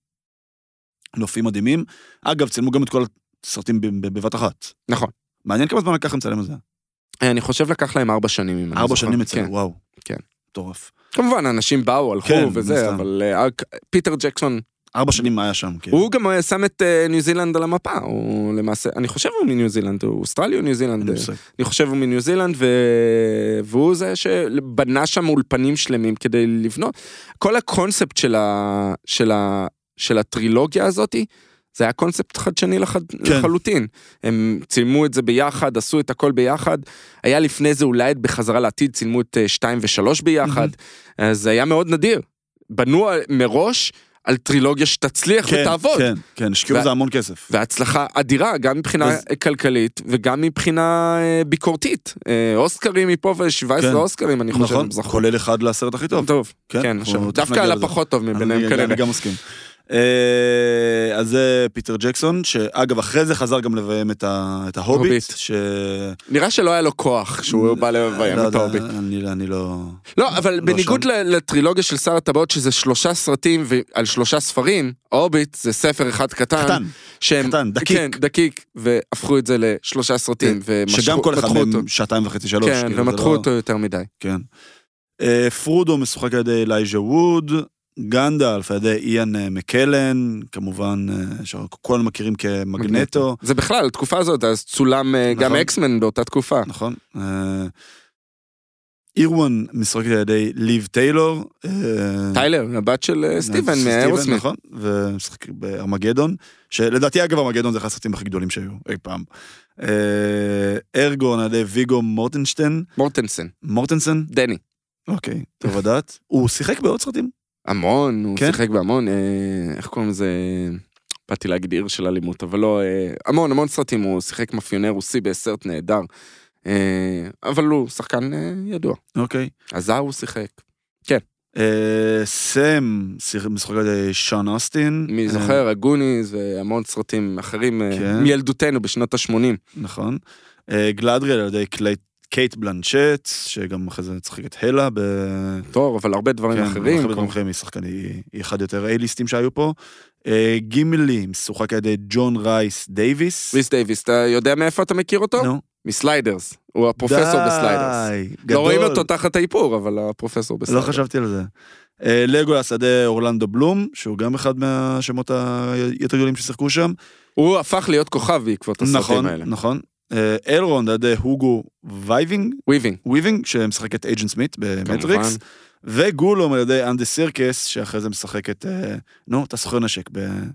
נופים מדהימים. אגב, צילמו גם את כל הסרטים בבת אחת. נכון. מעניין כמה זמן לקח לצלם את זה. אני חושב לקח להם ארבע שנים. ארבע שנים אצלם, וואו. כן. טורף. כמובן, אנשים באו, הלכו וזה, אבל פיטר ג'קסון... ארבע שנים היה שם. הוא גם שם את ניו זילנד על המפה. הוא למעשה, אני חושב הוא מניו זילנד, הוא אוסטרלי או ניו זילנד? אני חושב הוא מניו זילנד, והוא זה שבנה שם אולפנים שלמים כדי לבנות. כל הקונספט של ה... של הטרילוגיה הזאת, זה היה קונספט חדשני לחד... כן. לחלוטין. הם צילמו את זה ביחד, עשו את הכל ביחד. היה לפני זה אולי בחזרה לעתיד, צילמו את שתיים ושלוש ביחד. Mm-hmm. אז זה היה מאוד נדיר. בנו מראש על טרילוגיה שתצליח כן, ותעבוד. כן, כן, השקיעו זה המון כסף. והצלחה אדירה, גם מבחינה אז... כלכלית, וגם מבחינה ביקורתית. אוסקרים מפה ושבע עשרה כן. אוסקרים, אני חושב. נכון, כולל אחד לסרט הכי טוב. טוב, כן, כן דווקא על הפחות טוב מביניהם כנראה. אני גם מסכים. אז זה פיטר ג'קסון, שאגב אחרי זה חזר גם לביים את ההוביט, נראה שלא היה לו כוח שהוא בא לביים את ההוביט. אני לא... לא, אבל בניגוד לטרילוגיה של שר הטבעות, שזה שלושה סרטים על שלושה ספרים, ההוביט זה ספר אחד קטן, קטן, דקיק, דקיק, והפכו את זה לשלושה סרטים, שגם כל אחד מהם שעתיים וחצי שלוש. כן, ומתחו אותו יותר מדי. כן. פרודו משוחק על ידי אלייג'ה ווד, גנדלף, על ידי איאן מקלן, כמובן, שכולנו מכירים כמגנטו. זה בכלל, התקופה הזאת, אז צולם גם אקסמן באותה תקופה. נכון. אירואן משחקת על ידי ליב טיילור. טיילר, הבת של סטיבן מאירוסמית. נכון, ומשחק בארמגדון, שלדעתי אגב ארמגדון זה אחד הסרטים הכי גדולים שהיו אי פעם. ארגון על ידי ויגו מורטנשטיין. מורטנסן. מורטנסן? דני. אוקיי, טוב לדעת. הוא שיחק בעוד סרטים? המון, הוא שיחק בהמון, איך קוראים לזה, באתי להגיד עיר של אלימות, אבל לא, המון, המון סרטים, הוא שיחק מאפיונר רוסי בסרט נהדר, אבל הוא שחקן ידוע. אוקיי. אז הוא שיחק. כן. סם, משחק על ידי שון אוסטין. מי זוכר, הגוניז והמון סרטים אחרים מילדותנו בשנות ה-שמונים. נכון. גלדריאל על ידי קלייט, קייט בלנצ'ט, שגם אחרי זה צחק את הלה. טוב, אבל הרבה דברים אחרים. הרבה דברים אחרים, היא שחקן, היא אחד יותר אייליסטים שהיו פה. גימלי, משוחק על ידי ג'ון רייס דייביס. ריס דייביס, אתה יודע מאיפה אתה מכיר אותו? נו. מסליידרס, הוא הפרופסור בסליידרס. די, גדול. לא רואים אותו תחת האיפור, אבל הפרופסור בסליידרס. לא חשבתי על זה. לגולס על ידי אורלנדו בלום, שהוא גם אחד מהשמות היותר גדולים ששיחקו שם. הוא הפך להיות כוכב בעקבות הסרטים האלה. נכון, נכון. אלרונד על ידי הוגו וייבינג, וויבינג, וויבינג, שמשחק את אייג'נט סמית במטריקס, וגולום על ידי אנדי סירקס, שאחרי זה משחק את, נו, את הסוחר נשק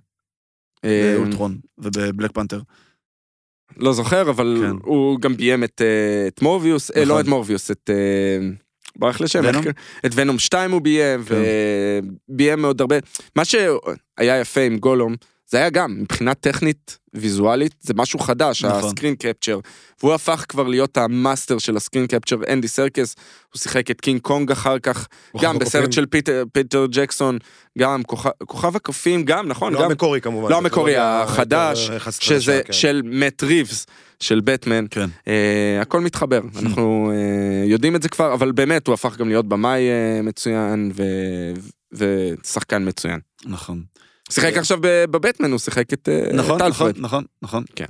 באולטרון ובבלק פנתר. לא זוכר, אבל הוא גם ביים את מורביוס, לא את מורביוס, את ברח לשם, את ונום שתיים הוא ביים, וביים מאוד הרבה. מה שהיה יפה עם גולום, זה היה גם, מבחינה טכנית, ויזואלית, זה משהו חדש, הסקרין קפצ'ר, והוא הפך כבר להיות המאסטר של הסקרין קפצ'ר, אנדי סרקס, הוא שיחק את קינג קונג אחר כך, גם בסרט של פיטר ג'קסון, גם כוכב הקופים, גם, נכון? לא המקורי כמובן. לא המקורי, החדש, שזה של מאט ריבס, של בטמן, הכל מתחבר, אנחנו יודעים את זה כבר, אבל באמת הוא הפך גם להיות במאי מצוין, ושחקן מצוין. נכון. שיחק עכשיו בבטמן, הוא שיחק את טלפרד. נכון, נכון. כן.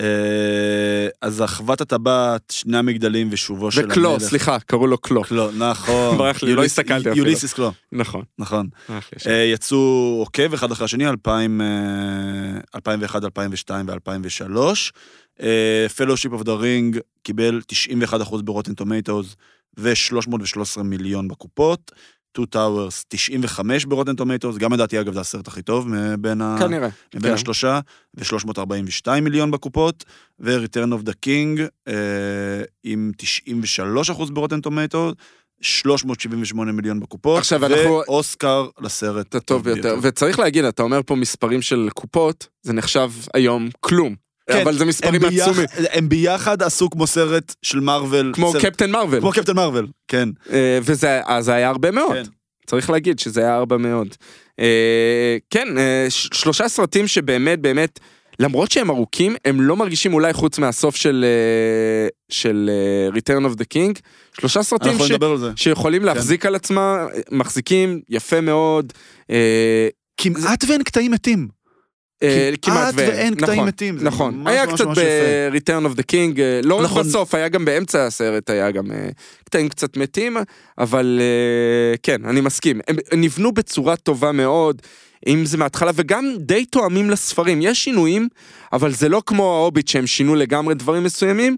אז אחוות הטבעת, שני המגדלים ושובו של המלך. וקלו, סליחה, קראו לו קלו. קלו, נכון. ברח לי, לא הסתכלתי אפילו. יוליסיס קלו. נכון. נכון. יצאו עוקב אחד אחרי השני, אלפיים ואחת, אלפיים ושתיים ו-אלפיים ושלוש. Fellowship of the Ring קיבל תשעים ואחד אחוז ברוטן טומטוס ו-שלוש מאות ושלוש עשרה מיליון בקופות. Two Towers, תשעים וחמש ברוטן טומטוס, גם לדעתי אגב זה הסרט הכי טוב מבין, ה... מבין השלושה, ו-שלוש מאות ארבעים ושתיים מיליון בקופות, ו-Return of the King אה, עם תשעים ושלושה אחוז ברוטן טומטוס, שלוש מאות שבעים ושמונה מיליון בקופות, ואוסקר אנחנו... לסרט הטוב ביותר. ביותר. וצריך להגיד, אתה אומר פה מספרים של קופות, זה נחשב היום כלום. כן, אבל זה מספרים עצומים. הם ביחד עשו כמו סרט של מרוול. כמו סרט, קפטן מרוול. כמו קפטן מרוול, כן. וזה אז היה הרבה מאוד. כן. צריך להגיד שזה היה הרבה מאוד. כן, שלושה סרטים שבאמת, באמת, למרות שהם ארוכים, הם לא מרגישים אולי חוץ מהסוף של, של Return of the King. שלושה סרטים ש, שיכולים להחזיק כן. על עצמם, מחזיקים יפה מאוד. כמעט ואין קטעים מתים. כמעט ואין קטעים מתים. נכון, היה קצת ב-Return of the King, לא רק בסוף, היה גם באמצע הסרט, היה גם קטעים קצת מתים, אבל כן, אני מסכים. הם נבנו בצורה טובה מאוד, אם זה מההתחלה, וגם די תואמים לספרים. יש שינויים, אבל זה לא כמו ההוביט שהם שינו לגמרי דברים מסוימים.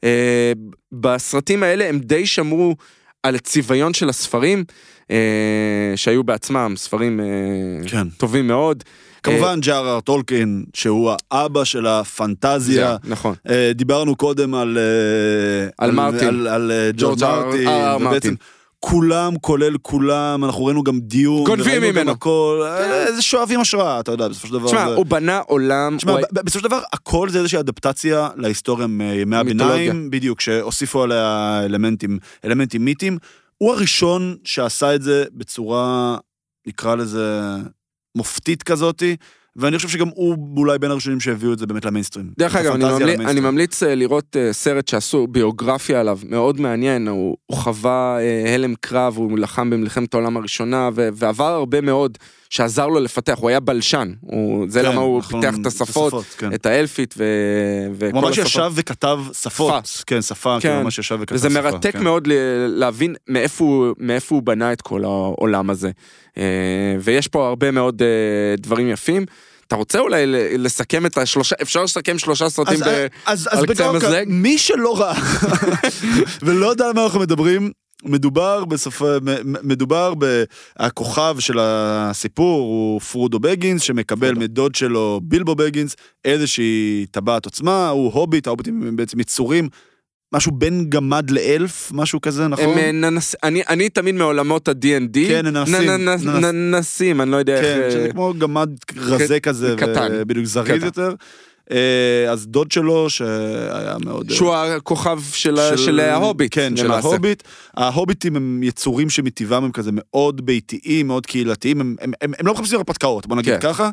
בסרטים האלה הם די שמרו על הצביון של הספרים, שהיו בעצמם ספרים טובים מאוד. כמובן ג'אר אר טולקין, שהוא האבא של הפנטזיה. נכון. דיברנו קודם על על מרטין. על ג'ורג' מרטין. ובעצם כולם, כולל כולם, אנחנו ראינו גם דיון. גונבים ממנו. איזה שואבים השראה, אתה יודע, בסופו של דבר. תשמע, הוא בנה עולם. תשמע, בסופו של דבר, הכל זה איזושהי אדפטציה להיסטוריה מימי הביניים, בדיוק, שהוסיפו עליה אלמנטים, אלמנטים מיתיים. הוא הראשון שעשה את זה בצורה, נקרא לזה, מופתית כזאתי, ואני חושב שגם הוא אולי בין הראשונים שהביאו את זה באמת למיינסטרים. דרך אגב, אני ממליץ, אני ממליץ לראות סרט שעשו ביוגרפיה עליו, מאוד מעניין, הוא, הוא חווה הלם קרב, הוא לחם במלחמת העולם הראשונה, ו- ועבר הרבה מאוד שעזר לו לפתח, הוא היה בלשן, הוא, זה כן, למה הוא נכון, פיתח את השפות, השפות כן. את האלפית, ו... וכל הוא ממש ישב וכתב שפות, שפה. כן, שפה, כן. כן, ממש ישב וכתב וזה שפה. וזה מרתק כן. מאוד להבין מאיפה, מאיפה הוא בנה את כל העולם הזה, ויש פה הרבה מאוד דברים יפים, אתה רוצה אולי לסכם את השלושה, אפשר לסכם שלושה סרטים על קצה המזלג? מי שלא ראה, ולא יודע על מה אנחנו מדברים, מדובר בסוף, מדובר בכוכב של הסיפור, הוא פרודו בגינס, שמקבל מדוד שלו בילבו בגינס, איזושהי טבעת עוצמה, הוא הוביט, ההוביטים הם בעצם יצורים, משהו בין גמד לאלף, משהו כזה, נכון? ננס, אני, אני תמיד מעולמות ה-די אנד די. כן, ננסים. ננס, ננסים, אני לא יודע כן, איך... שזה כמו גמד רזה כזה, קטן. בדיוק זריז קטן. יותר. אז דוד שלו, שהיה מאוד... שהוא הכוכב של, של... של ההוביט. כן, למעשה. של ההוביט. ההוביטים הם יצורים שמטבעם הם כזה מאוד ביתיים, מאוד קהילתיים, הם, הם, הם, הם לא מחפשים הרפתקאות, בוא נגיד כן. ככה.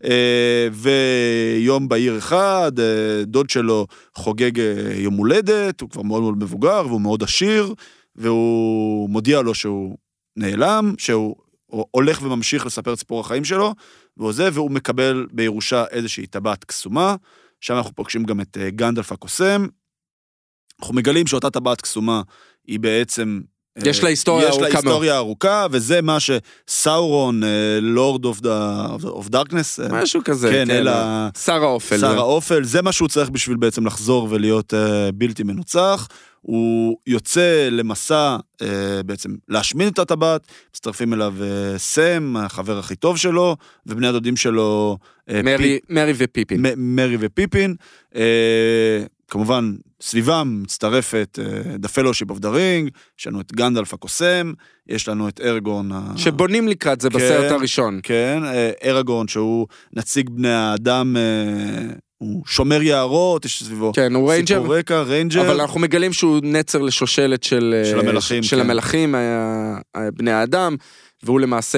ויום בעיר אחד, דוד שלו חוגג יום הולדת, הוא כבר מאוד מאוד מבוגר, והוא מאוד עשיר, והוא מודיע לו שהוא נעלם, שהוא הולך וממשיך לספר את סיפור החיים שלו, והוא זה, והוא מקבל בירושה איזושהי טבעת קסומה, שם אנחנו פוגשים גם את גנדלף הקוסם, אנחנו מגלים שאותה טבעת קסומה היא בעצם... יש לה היסטוריה ארוכה. יש לה היסטוריה מאוד. ארוכה, וזה מה שסאורון, לורד אוף דארקנס, משהו כזה, כן, כן, אלא... שר האופל. שר האופל, זה מה שהוא צריך בשביל בעצם לחזור ולהיות uh, בלתי מנוצח, הוא יוצא למסע, uh, בעצם להשמין את הטבעת, מצטרפים אליו uh, סם, החבר הכי טוב שלו, ובני הדודים שלו... Uh, מרי, פי... מרי ופיפין. מ- מרי ופיפין, uh, כמובן, סביבם מצטרפת The Fellowship of the Ring, יש לנו את גנדלף הקוסם, יש לנו את ארגון... שבונים לקראת זה כן, בסרט הראשון. כן, ארגון שהוא נציג בני האדם, הוא שומר יערות, יש סביבו כן, הוא ריינג'ר, סיפור רקע, ריינג'ר. אבל אנחנו מגלים שהוא נצר לשושלת של, של המלאכים, של כן. המלאכים, בני האדם, והוא למעשה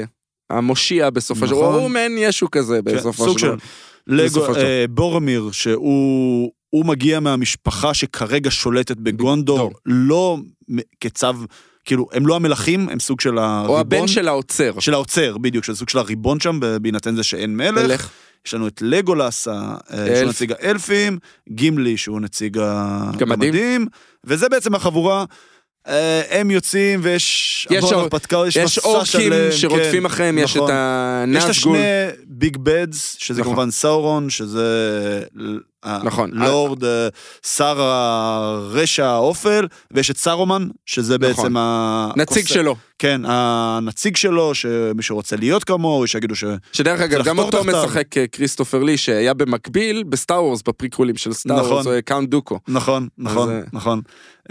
המושיע בסופו של דבר, נכון. הוא מעין ישו כזה בסופו של דבר. לגו, אה, בורמיר, שהוא הוא מגיע מהמשפחה שכרגע שולטת בגונדור, דור. לא כצו, כאילו, הם לא המלכים, הם סוג של הריבון. או הבן של האוצר. של האוצר, בדיוק, של סוג של הריבון שם, בהינתן זה שאין מלך. מלך. יש לנו את לגולס, שהוא נציג האלפים, גימלי, שהוא נציג הגמדים, וזה בעצם החבורה, הם יוצאים ויש יש אורקים שרודפים אחריהם, יש את הנאסגול. יש את השני ביג בדס, שזה כמובן סאורון, שזה לורד, שר הרשע האופל, ויש את סארומן, שזה בעצם הנציג שלו. כן, הנציג שלו, שמי שרוצה להיות כמוהו, שיגידו ש... שדרך אגב, גם אותו משחק כריסטופר לי, שהיה במקביל בסטאר וורס, בפריקולים של סטאר וורס, קאונט דוקו. נכון, נכון, נכון.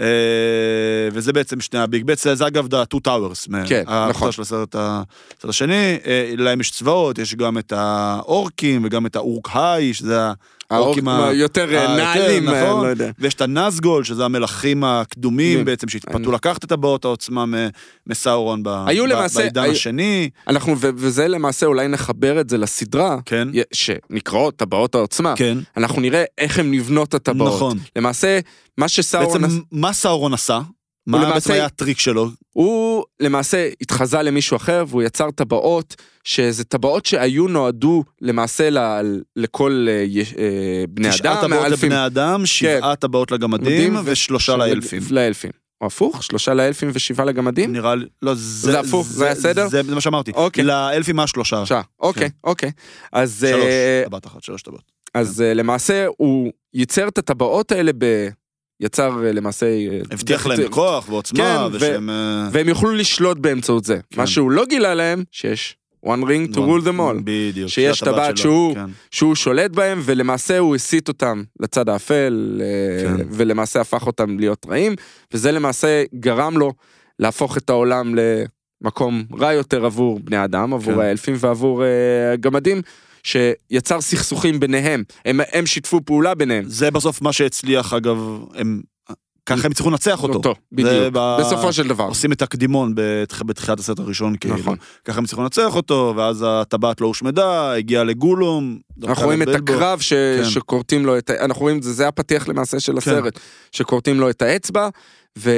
וזה בעצם שני הביג בטס, זה אגב ה-Two Towers, ההקבוצה של הסרט השני, להם יש צבאות, יש גם את האורקים, וגם את האורק היי, שזה האורקים היותר נעלים, נכון, ויש את הנאסגול, שזה המלכים הקדומים בעצם, שהתפתו לקחת את הבאות העוצמה מסאורון בעידן השני. וזה למעשה אולי נחבר את זה לסדרה, שנקראות טבעות העוצמה, אנחנו נראה איך הם נבנות את הטבעות. למעשה, מה שסאורון... בעצם מה סאורון עשה? מה בעצם היה הטריק שלו? הוא למעשה התחזה למישהו אחר, והוא יצר טבעות, שזה טבעות שהיו נועדו למעשה לכל בני אדם. תשעה טבעות לבני אדם, שבעה טבעות לגמדים, ושלושה לאלפים. לאלפים. או הפוך, שלושה לאלפים ושבעה לגמדים? נראה לי, לא, זה... זה הפוך, זה היה סדר? זה מה שאמרתי. לאלפים מה שלושה. אוקיי, אוקיי. אז... שלוש, טבעת אחת, שלוש טבעות. אז למעשה הוא ייצר את הטבעות האלה ב... יצר למעשה... הבטיח להם כוח ועוצמה, ושהם... והם יוכלו לשלוט באמצעות זה. מה שהוא לא גילה להם, שיש one ring to rule them all. בדיוק. שיש טבעת שהוא שולט בהם, ולמעשה הוא הסיט אותם לצד האפל, ולמעשה הפך אותם להיות רעים, וזה למעשה גרם לו להפוך את העולם למקום רע יותר עבור בני אדם, עבור האלפים ועבור גמדים, שיצר סכסוכים ביניהם, הם, הם שיתפו פעולה ביניהם. זה בסוף מה שהצליח, אגב, הם, ככה הם צריכו לנצח אותו. אותו, בדיוק, ב... בסופו של דבר. עושים את הקדימון בתח... בתחילת הסרט הראשון, כאילו. נכון. ככה הם צריכו לנצח אותו, ואז הטבעת לא הושמדה, הגיע לגולום. אנחנו רואים את הקרב ש... כן. שקורטים לו את ה... אנחנו רואים, זה, זה הפתיח למעשה של הסרט, כן. שקורטים לו את האצבע, ו...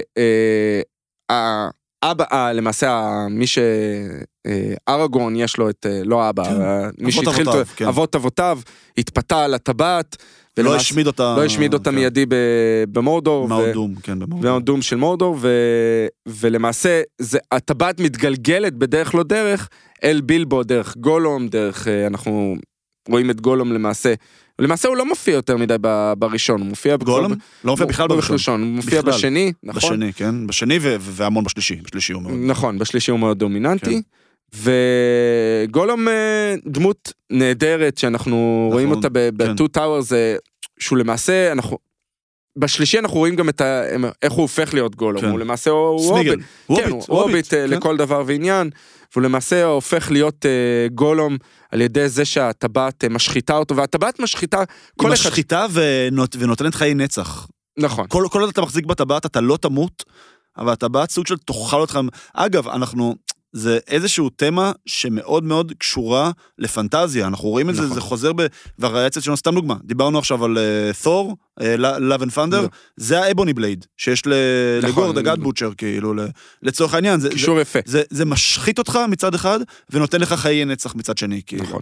אה, אבא, למעשה, מי שארגון יש לו את, לא אבא, מי שהתחיל, אבות אבותיו, התפתה על הטבעת, לא השמיד אותה, לא השמיד אותה מיידי במורדור, מאודום, כן, במורדור. מאודום של מורדור, ולמעשה, הטבעת מתגלגלת בדרך לא דרך, אל בילבו, דרך גולום, דרך, אנחנו רואים את גולום למעשה, למעשה הוא לא מופיע יותר מדי בראשון, הוא מופיע... גולום? לא מופיע בכלל בראשון. הוא מופיע בשני, נכון? בשני, כן, בשני והמון בשלישי, בשלישי הוא מאוד... נכון, בשלישי הוא מאוד דומיננטי, וגולום דמות נהדרת, שאנחנו רואים אותה ב-Two Towers, שהוא למעשה, אנחנו... בשלישי אנחנו רואים גם את ה... איך הוא הופך להיות גולום, הוא למעשה הוא הוביט, כן, הוא הוביט לכל דבר ועניין, והוא למעשה הופך להיות גולום על ידי זה שהטבעת משחיתה אותו, והטבעת משחיתה... היא משחיתה ונותנת חיי נצח. נכון. כל עוד אתה מחזיק בטבעת אתה לא תמות, אבל הטבעת סוג של תאכל אותך... אגב, אנחנו... זה איזשהו תמה שמאוד מאוד קשורה לפנטזיה, אנחנו רואים את זה, זה חוזר בוריאציות שלנו, סתם דוגמה, דיברנו עכשיו על תור, Love and Thunder, זה האבוני בלייד, שיש לגורד, הגאד בוטשר, כאילו, לצורך העניין, קישור יפה. זה משחית אותך מצד אחד, ונותן לך חיי נצח מצד שני, כאילו. נכון.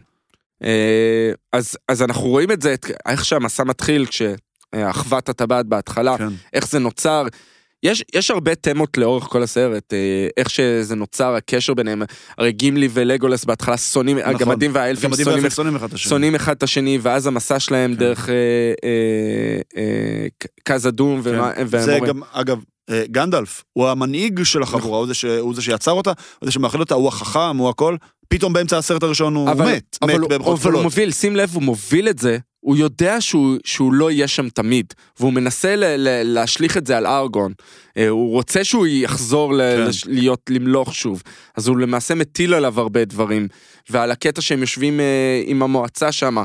אז אנחנו רואים את זה, איך שהמסע מתחיל, כשהחוות הטבעת בהתחלה, איך זה נוצר, יש, יש הרבה תמות לאורך כל הסרט, איך שזה נוצר, הקשר ביניהם, הרי גימלי ולגולס בהתחלה שונאים, נכון. הגמדים והאלפים שונאים, שונאים אחד את השני. שונאים אחד את השני, ואז המסע שלהם כן. דרך אה, אה, אה, קזדום כן. ומה, זה גם, אגב, גנדלף, הוא המנהיג של החבורה, הוא זה, ש, הוא זה שיצר אותה, הוא זה שמאחד אותה, הוא החכם, הוא הכל, פתאום באמצע הסרט הראשון הוא אבל, מת, אבל, מת אבל, אבל הוא מוביל, שים לב, הוא מוביל את זה, הוא יודע שהוא, שהוא לא יהיה שם תמיד, והוא מנסה ל, ל, להשליך את זה על ארגון, הוא רוצה שהוא יחזור ל, כן. לש, להיות למלוך שוב, אז הוא למעשה מטיל עליו הרבה דברים, ועל הקטע שהם יושבים עם המועצה שם,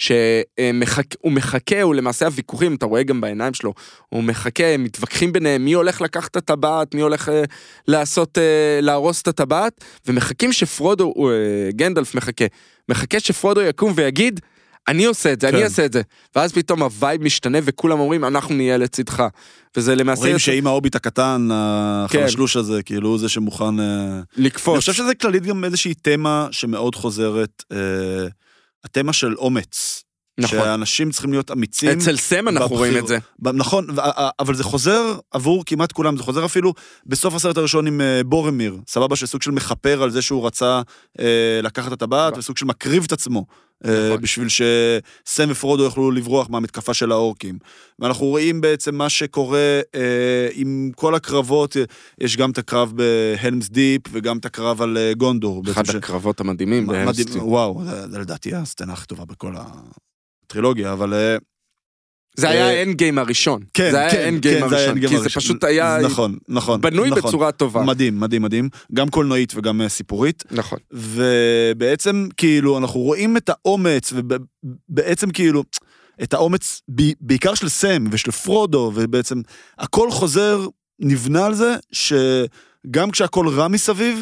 שהוא מחכה, הוא למעשה הוויכוחים, אתה רואה גם בעיניים שלו, הוא מחכה, מתווכחים ביניהם, מי הולך לקחת את הטבעת, מי הולך לעשות, להרוס את הטבעת, ומחכים שפרודו, גנדלף מחכה, מחכה שפרודו יקום ויגיד, אני עושה את זה, אני אעשה את זה. ואז פתאום הווייב משתנה, וכולם אומרים, אנחנו נהיה לצדך. וזה למעשה... רואים שאם ההוביט הקטן, החלשלוש הזה, כאילו הוא זה שמוכן... לקפוץ. אני חושב שזה כללית גם איזושהי תמה שמאוד חוזרת, התמה של אומץ. נכון. שאנשים צריכים להיות אמיצים. אצל סם אנחנו רואים את זה. נכון, אבל זה חוזר עבור כמעט כולם, זה חוזר אפילו בסוף הסרט הראשון עם בורמיר, סבבה שסוג של מחפר על זה שהוא רצה לקחת את הטבעת, וסוג של מקריב את עצמו, בשביל שסם ופרודו יוכלו לברוח מהמתקפה של האורקים. ואנחנו רואים בעצם מה שקורה עם כל הקרבות, יש גם את הקרב בהלמס דיפ, וגם את הקרב על גונדור. אחד הקרבות המדהימים בהלמס דיפ. וואו, זה לדעתי הסצנה הכי טובה בכל ה... טרילוגיה, אבל... זה היה האנד גיים הראשון. כן, זה היה כן, האנד גיים הראשון, כי זה פשוט היה... נכון, נכון. בנוי בצורה טובה. מדהים, מדהים, מדהים. גם קולנועית וגם סיפורית. נכון. ובעצם, כאילו, אנחנו רואים את האומץ, ובעצם, כאילו, את האומץ, בעיקר של סם ושל פרודו, ובעצם, הכל חוזר, נבנה על זה, שגם כשהכל רע מסביב,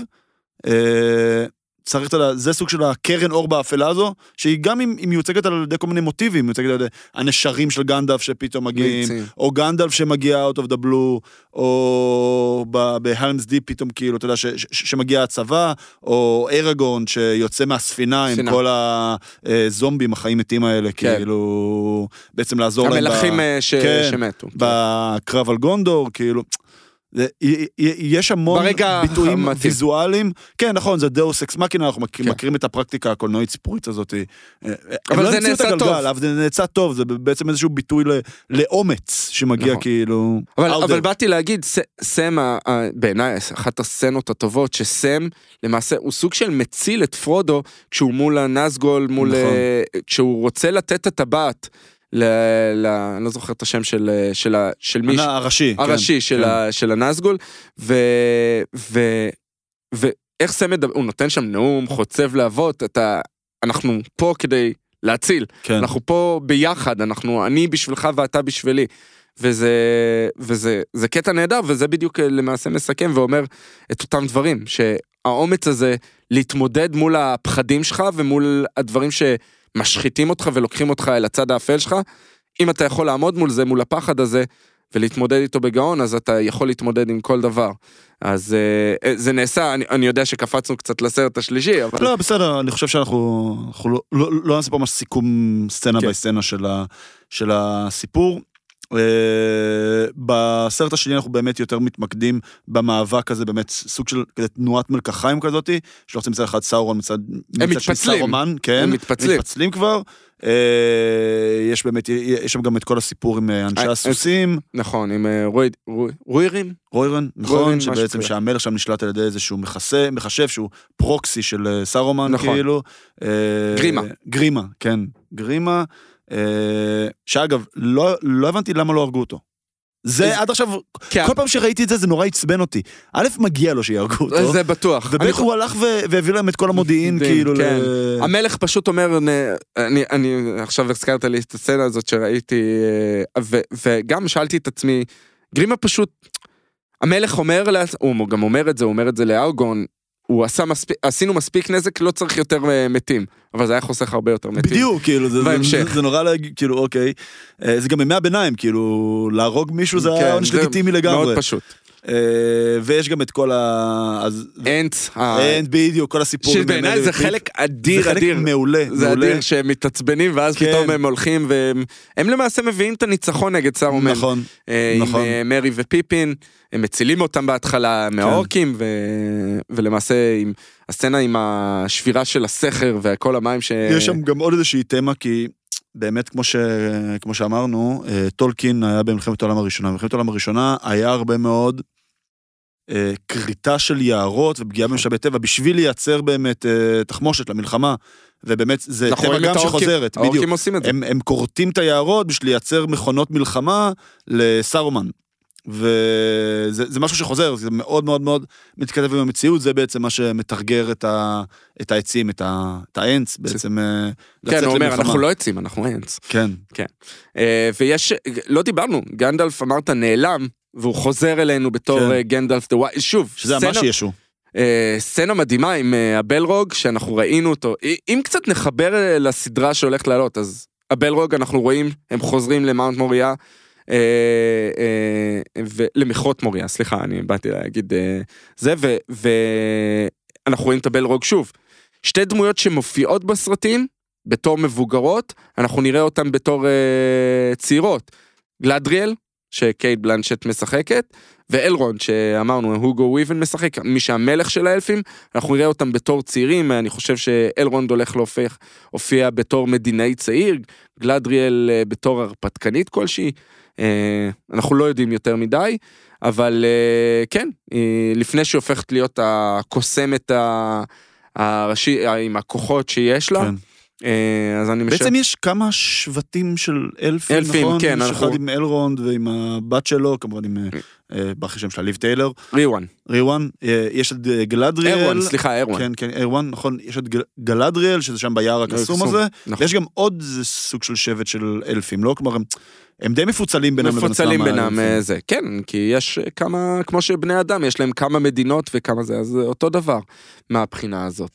צריך, זה סוג של הקרן אור באפלה הזו, שהיא גם אם היא מיוצגת על ידי כל מיני מוטיבים, מיוצגת על ידי הנשרים של גנדלף שפתאום מגיעים, או גנדלף שמגיע out of the blue, או בהלמס דיפ פתאום כאילו, אתה יודע, שמגיע הצבא, או ארגון שיוצא מהספינה עם כל הזומבים, החיים מתים האלה, כאילו, בעצם לעזור להם. המלכים שמתו. בקרב על גונדור, כאילו... יש המון ביטויים ויזואליים, כן נכון, זה דאוס אקס מאקינה, אנחנו מכירים את הפרקטיקה הקולנועית סיפורית הזאת, אבל זה נעשה טוב, אבל זה נעשה טוב, זה בעצם איזשהו ביטוי לאומץ שמגיע כאילו, אבל באתי להגיד, סם בעיניי אחת הסצנות הטובות, שסם למעשה הוא סוג של מציל את פרודו, כשהוא מול הנזגול, כשהוא רוצה לתת את הטבעת, אני לא זוכר את השם של, של, של מי, הראשי, הראשי של, של הנזגול, ואיך סם מדבר, הוא נותן שם נאום, חוצב להבות, אתה, אנחנו פה כדי להציל, אנחנו פה ביחד, אנחנו, אני בשבילך ואתה בשבילי, וזה, וזה, זה קטע נהדר, וזה בדיוק למעשה מסכם ואומר את אותם דברים, שהאומץ הזה להתמודד מול הפחדים שלך, ומול הדברים ש... משחיתים אותך ולוקחים אותך אל הצד האפל שלך, אם אתה יכול לעמוד מול זה, מול הפחד הזה, ולהתמודד איתו בגאון, אז אתה יכול להתמודד עם כל דבר. אז זה נעשה, אני, אני יודע שקפצנו קצת לסרט השלישי, אבל... לא, בסדר, אני חושב שאנחנו אנחנו לא, לא, לא נעשה פה ממש סיכום סצנה כן. בסצנה של, ה, של הסיפור. בסרט השני אנחנו באמת יותר מתמקדים במאבק הזה, באמת סוג של תנועת מלקחיים כזאת, שלא רוצים מצד אחד סאורון מצד של סארומן, הם מתפצלים, מתפצלים כבר, יש באמת, יש שם גם את כל הסיפור עם אנשי הסוסים. נכון, עם רוירים. רוירן, נכון, שבעצם שהמלך שם נשלט על ידי איזשהו מחשב, שהוא פרוקסי של סארומן, כאילו. גרימה. גרימה, כן, גרימה. שאגב, לא, לא הבנתי למה לא הרגו אותו. זה עד עכשיו, כל פעם שראיתי את זה, זה נורא עצבן אותי. א', מגיע לו שיהרגו אותו. זה בטוח. וב' הוא הלך והביא להם את כל המודיעין, כאילו. המלך פשוט אומר, אני עכשיו הזכרת לי את הסצנה הזאת שראיתי, וגם שאלתי את עצמי, גרימה פשוט, המלך אומר, הוא גם אומר את זה, הוא אומר את זה לארגון, הוא עשה מספיק, עשינו מספיק נזק, לא צריך יותר מתים, אבל זה היה חוסך הרבה יותר מתים. בדיוק, כאילו, זה, זה, זה נורא להגיד, כאילו, אוקיי, זה גם ימי הביניים, כאילו, להרוג מישהו זה היה עונש לגיטימי לגמרי. מאוד פשוט. ויש גם את כל ה... אנט. אנט, בדיוק, כל הסיפורים. שבעיניי זה חלק אדיר, זה חלק מעולה. זה אדיר שהם מתעצבנים, ואז פתאום הם הולכים, והם למעשה מביאים את הניצחון נגד סארומן. נכון, נכון. עם מרי ופיפין, הם מצילים אותם בהתחלה מהאורקים, ולמעשה עם הסצנה עם השבירה של הסכר, וכל המים ש... יש שם גם עוד איזושהי תמה, כי... באמת, כמו, ש... כמו שאמרנו, טולקין היה במלחמת העולם הראשונה. במלחמת העולם הראשונה היה הרבה מאוד אה, קריטה של יערות ופגיעה במשאבי טבע, בשביל לייצר באמת אה, תחמושת למלחמה, ובאמת זה טבע גם שחוזרת. האורקים עושים את זה. הם, הם קורטים את היערות בשביל לייצר מכונות מלחמה לסארומן. וזה זה משהו שחוזר, זה מאוד מאוד מאוד מתכתב עם המציאות, זה בעצם מה שמתרגר את, ה, את העצים, את, ה, את האנץ, בעצם לצאת כן, הוא אומר, למלחמה. אנחנו לא עצים, אנחנו אנץ. כן. כן. ויש, לא דיברנו, גנדלף אמרת נעלם, והוא חוזר אלינו בתור כן. גנדלף דה וואי, שוב, שזה סצנה, ממש ישו. סצנה מדהימה עם הבלרוג, שאנחנו ראינו אותו, אם קצת נחבר לסדרה שהולכת לעלות, אז הבלרוג אנחנו רואים, הם חוזרים למאונט מוריה, ולמכרות מוריה, סליחה, אני באתי להגיד זה, ואנחנו רואים את הבלרוג שוב. שתי דמויות שמופיעות בסרטים, בתור מבוגרות, אנחנו נראה אותן בתור צעירות. גלדריאל, שקייט בלנשט משחקת, ואלרונד, שאמרנו, הוגו וויבן משחק, מי שהמלך של האלפים, אנחנו נראה אותם בתור צעירים, אני חושב שאלרונד הולך להופך, הופיע בתור מדינאי צעיר, גלדריאל בתור הרפתקנית כלשהי, אנחנו לא יודעים יותר מדי, אבל כן, לפני שהופכת להיות הקוסמת הראשי, עם הכוחות שיש לה, אז אני משל... בעצם יש כמה שבטים של אלפים, אלפים, נכון? כן, יש אנחנו... אחד עם אלרונד ועם הבת שלו, כמובן עם באחי שם שלה, ליב טיילר. ריוואן. ריוואן, יש את גלדריאל. אירואן, סליחה, אירואן. כן, כן, אירואן, נכון, יש את גלדריאל, שזה שם ביער הקסום הזה, ויש גם עוד סוג של שבט של אלפים, לא? כלומר, הם די מפוצלים בינם. מפוצלים בינם, זה, כן, כי יש כמה, כמו שבני אדם, יש להם כמה מדינות וכמה זה, אז אותו דבר מהבחינה הזאת.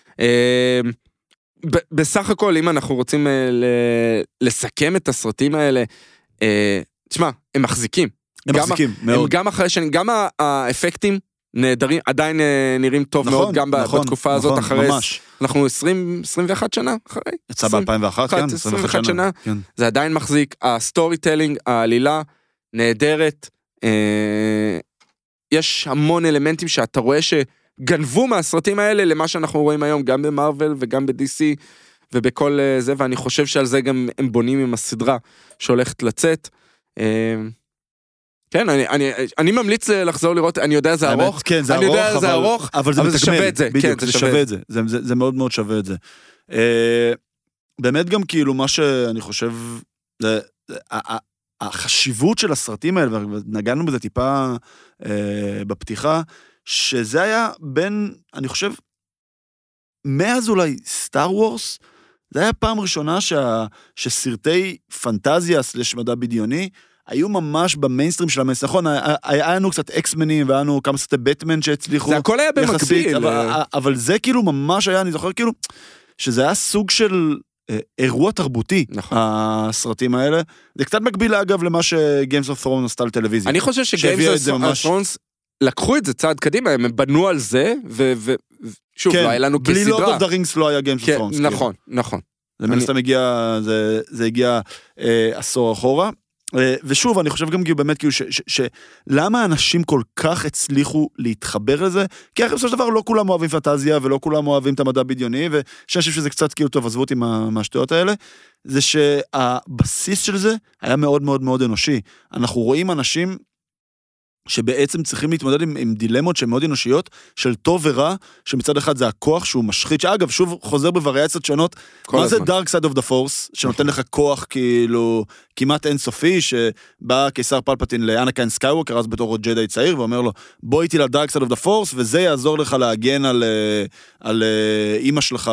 בסך הכל, אם אנחנו רוצים לסכם את הסרטים האלה, תשמע, הם מחזיקים. הם מחזיקים, מאוד. גם אחרי שנים, גם האפקטים נהדרים, עדיין נראים טוב מאוד, גם בתקופה הזאת, אחרי, אנחנו עשרים, עשרים ואחת שנה אחרי. יצא ב-אלפיים ואחת, כן, עשרים ואחת שנה, זה עדיין מחזיק, הסטורי טלינג, העלילה, נהדרת, יש המון אלמנטים שאתה רואה שגנבו מהסרטים האלה למה שאנחנו רואים היום, גם במרוול וגם ב-די סי, ובכל זה, ואני חושב שעל זה גם הם בונים עם הסדרה שהולכת לצאת. כן, אני, אני, אני ממליץ לחזור לראות, אני יודע זה ארוך, כן, זה אני ארוך, יודע זה ארוך, אבל זה, אבל זה שווה את זה, בדיוק, כן, זה, זה שווה, שווה את זה, זה, זה, זה מאוד מאוד שווה את זה. אה, באמת גם כאילו מה שאני חושב, זה, החשיבות של הסרטים האלה, ונגענו בזה טיפה אה, בפתיחה, שזה היה בין, אני חושב, מאז אולי סטאר וורס, זה היה פעם ראשונה שה, שסרטי פנטזיה סלש מדע בדיוני, היו ממש במיינסטרים של המיינסטרים, נכון, היה לנו קצת אקסמנים, והיה לנו כמה סרטי בטמן שהצליחו. זה הכל היה במקביל. אבל, אבל זה כאילו ממש היה, אני זוכר כאילו, שזה היה סוג של אירוע תרבותי, נכון. הסרטים האלה. זה קצת מקביל אגב למה שגיימס אוף ת'רונס עשתה לטלוויזיה. אני חושב שגיימס אוף ת'רונס לקחו את זה צעד קדימה, הם בנו על זה, ושוב, כן, לא היה לנו כסדרה. בלי לורד אוף דה רינגס לא היה גיימס אוף ת'רונס. נכון, נכון. זה מן הסתם הגיע, זה, זה הגיע אה, עשור אחורה. ושוב, אני חושב גם כאילו באמת כאילו שלמה אנשים כל כך הצליחו להתחבר לזה, כי אחרי בסופו של דבר לא כולם אוהבים פנטזיה, ולא כולם אוהבים את המדע בדיוני, ואני חושב שזה קצת כאילו טוב, עזבו אותי מהשטויות האלה, זה שהבסיס של זה היה מאוד מאוד מאוד אנושי. אנחנו רואים אנשים שבעצם צריכים להתמודד עם, עם דילמות שהן מאוד אנושיות, של טוב ורע, שמצד אחד זה הכוח שהוא משחית, שאגב, שוב חוזר בווריאציות שונות, מה הזמן. זה Dark Side of the Force, שנותן לך כוח כאילו כמעט אינסופי, שבא קיסר פלפטין לאנקין סקייווקר, אז בתור ג'די צעיר, ואומר לו, בוא איתי ל-Dark Side of the Force, וזה יעזור לך להגן על, על אמא שלך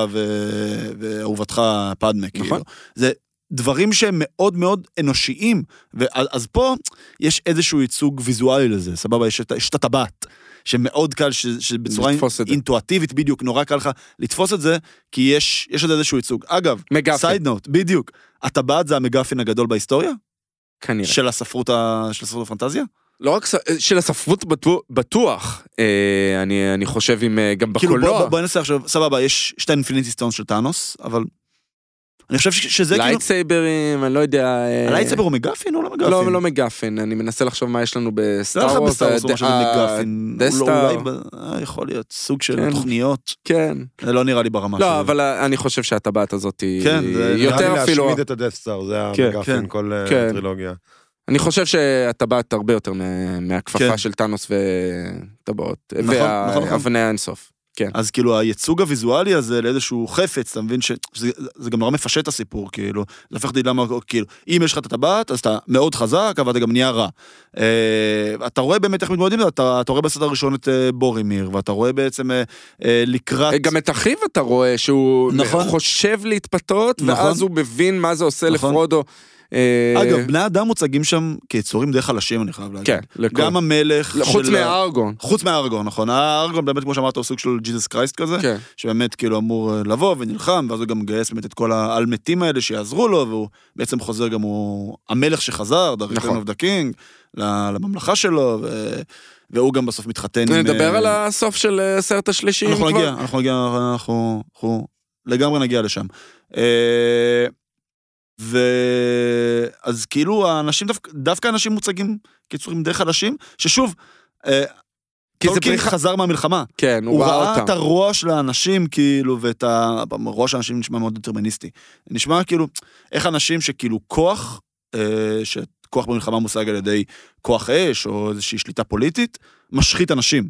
ואהובתך פדמה. נכון. כאילו. זה דברים שהם מאוד מאוד אנושיים, ואז פה יש איזשהו ייצוג ויזואלי לזה, סבבה, יש את הטבעת, שמאוד קל, שבצורה אינטואטיבית בדיוק, נורא קל לך לתפוס את זה, כי יש יש איזשהו ייצוג. אגב, סייד נוט, בדיוק, הטבעת זה המגפין הגדול בהיסטוריה? כנראה. של הספרות, של הספרות הפנטזיה? לא רק של הספרות בטוח, אני, אני חושב עם, גם בקולנוע. כאילו בוא, בוא ננסה עכשיו, סבבה, יש שתי אינפיניטי סטונס של טאנוס, אבל אני חושב שזה כאילו... לייטסייברים, אני לא יודע... הלייטסייבר הוא מגפין או לא מגפין? לא, לא מגפין, אני מנסה לחשוב מה יש לנו בסטאר וורס. לא לך בסטאר וורס או משהו מגפין. דסטאר. יכול להיות סוג של תוכניות. כן. זה לא נראה לי ברמה שלו. לא, אבל אני חושב שהטבעת הזאת היא יותר אפילו... נראה לי להשמיד את הדסטאר, זה המגפין, כל הטרילוגיה. אני חושב שהטבעת הרבה יותר מהכפפה של טאנוס וטבעות. ואבני האינסוף. כן. אז כאילו הייצוג הוויזואלי הזה לאיזשהו חפץ, אתה מבין שזה גם נורא מפשט את הסיפור, כאילו, זה הופך לי למה, כאילו, אם יש לך את הטבעת, אז אתה מאוד חזק, אבל אתה גם נהיה רע. אתה רואה באמת איך מתמודדים, אתה רואה בסרט הראשון את בורימיר, ואתה רואה בעצם לקראת... גם את אחיו אתה רואה, שהוא חושב להתפתות, ואז הוא מבין מה זה עושה לפרודו. אגב, בני אדם מוצגים שם כיצורים די חלשים, אני חייב להגיד. כן, גם המלך... חוץ מהארגון. חוץ מהארגון, נכון. הארגון באמת, כמו שאמרת, הוא סוג של ג'יזוס קרייסט כזה, שבאמת כאילו אמור לבוא ונלחם, ואז הוא גם מגייס באמת את כל האלמתים האלה שיעזרו לו, והוא בעצם חוזר גם, הוא המלך שחזר, The Return of the King, לממלכה שלו, והוא גם בסוף מתחתן עם... נדבר על הסוף של הסרט השלישי. אנחנו נגיע, אנחנו נגיע, אנחנו לגמרי נגיע לשם. ואז כאילו האנשים, דווקא אנשים מוצגים קיצורים די חלשים, ששוב, טולקין חזר מהמלחמה. כן, הוא ראה את הרוע של האנשים, כאילו, ואת הרוע של האנשים נשמע מאוד דטרמיניסטי. נשמע כאילו, איך אנשים שכאילו כוח, שכוח במלחמה מושג על ידי כוח אש, או איזושהי שליטה פוליטית, משחית אנשים.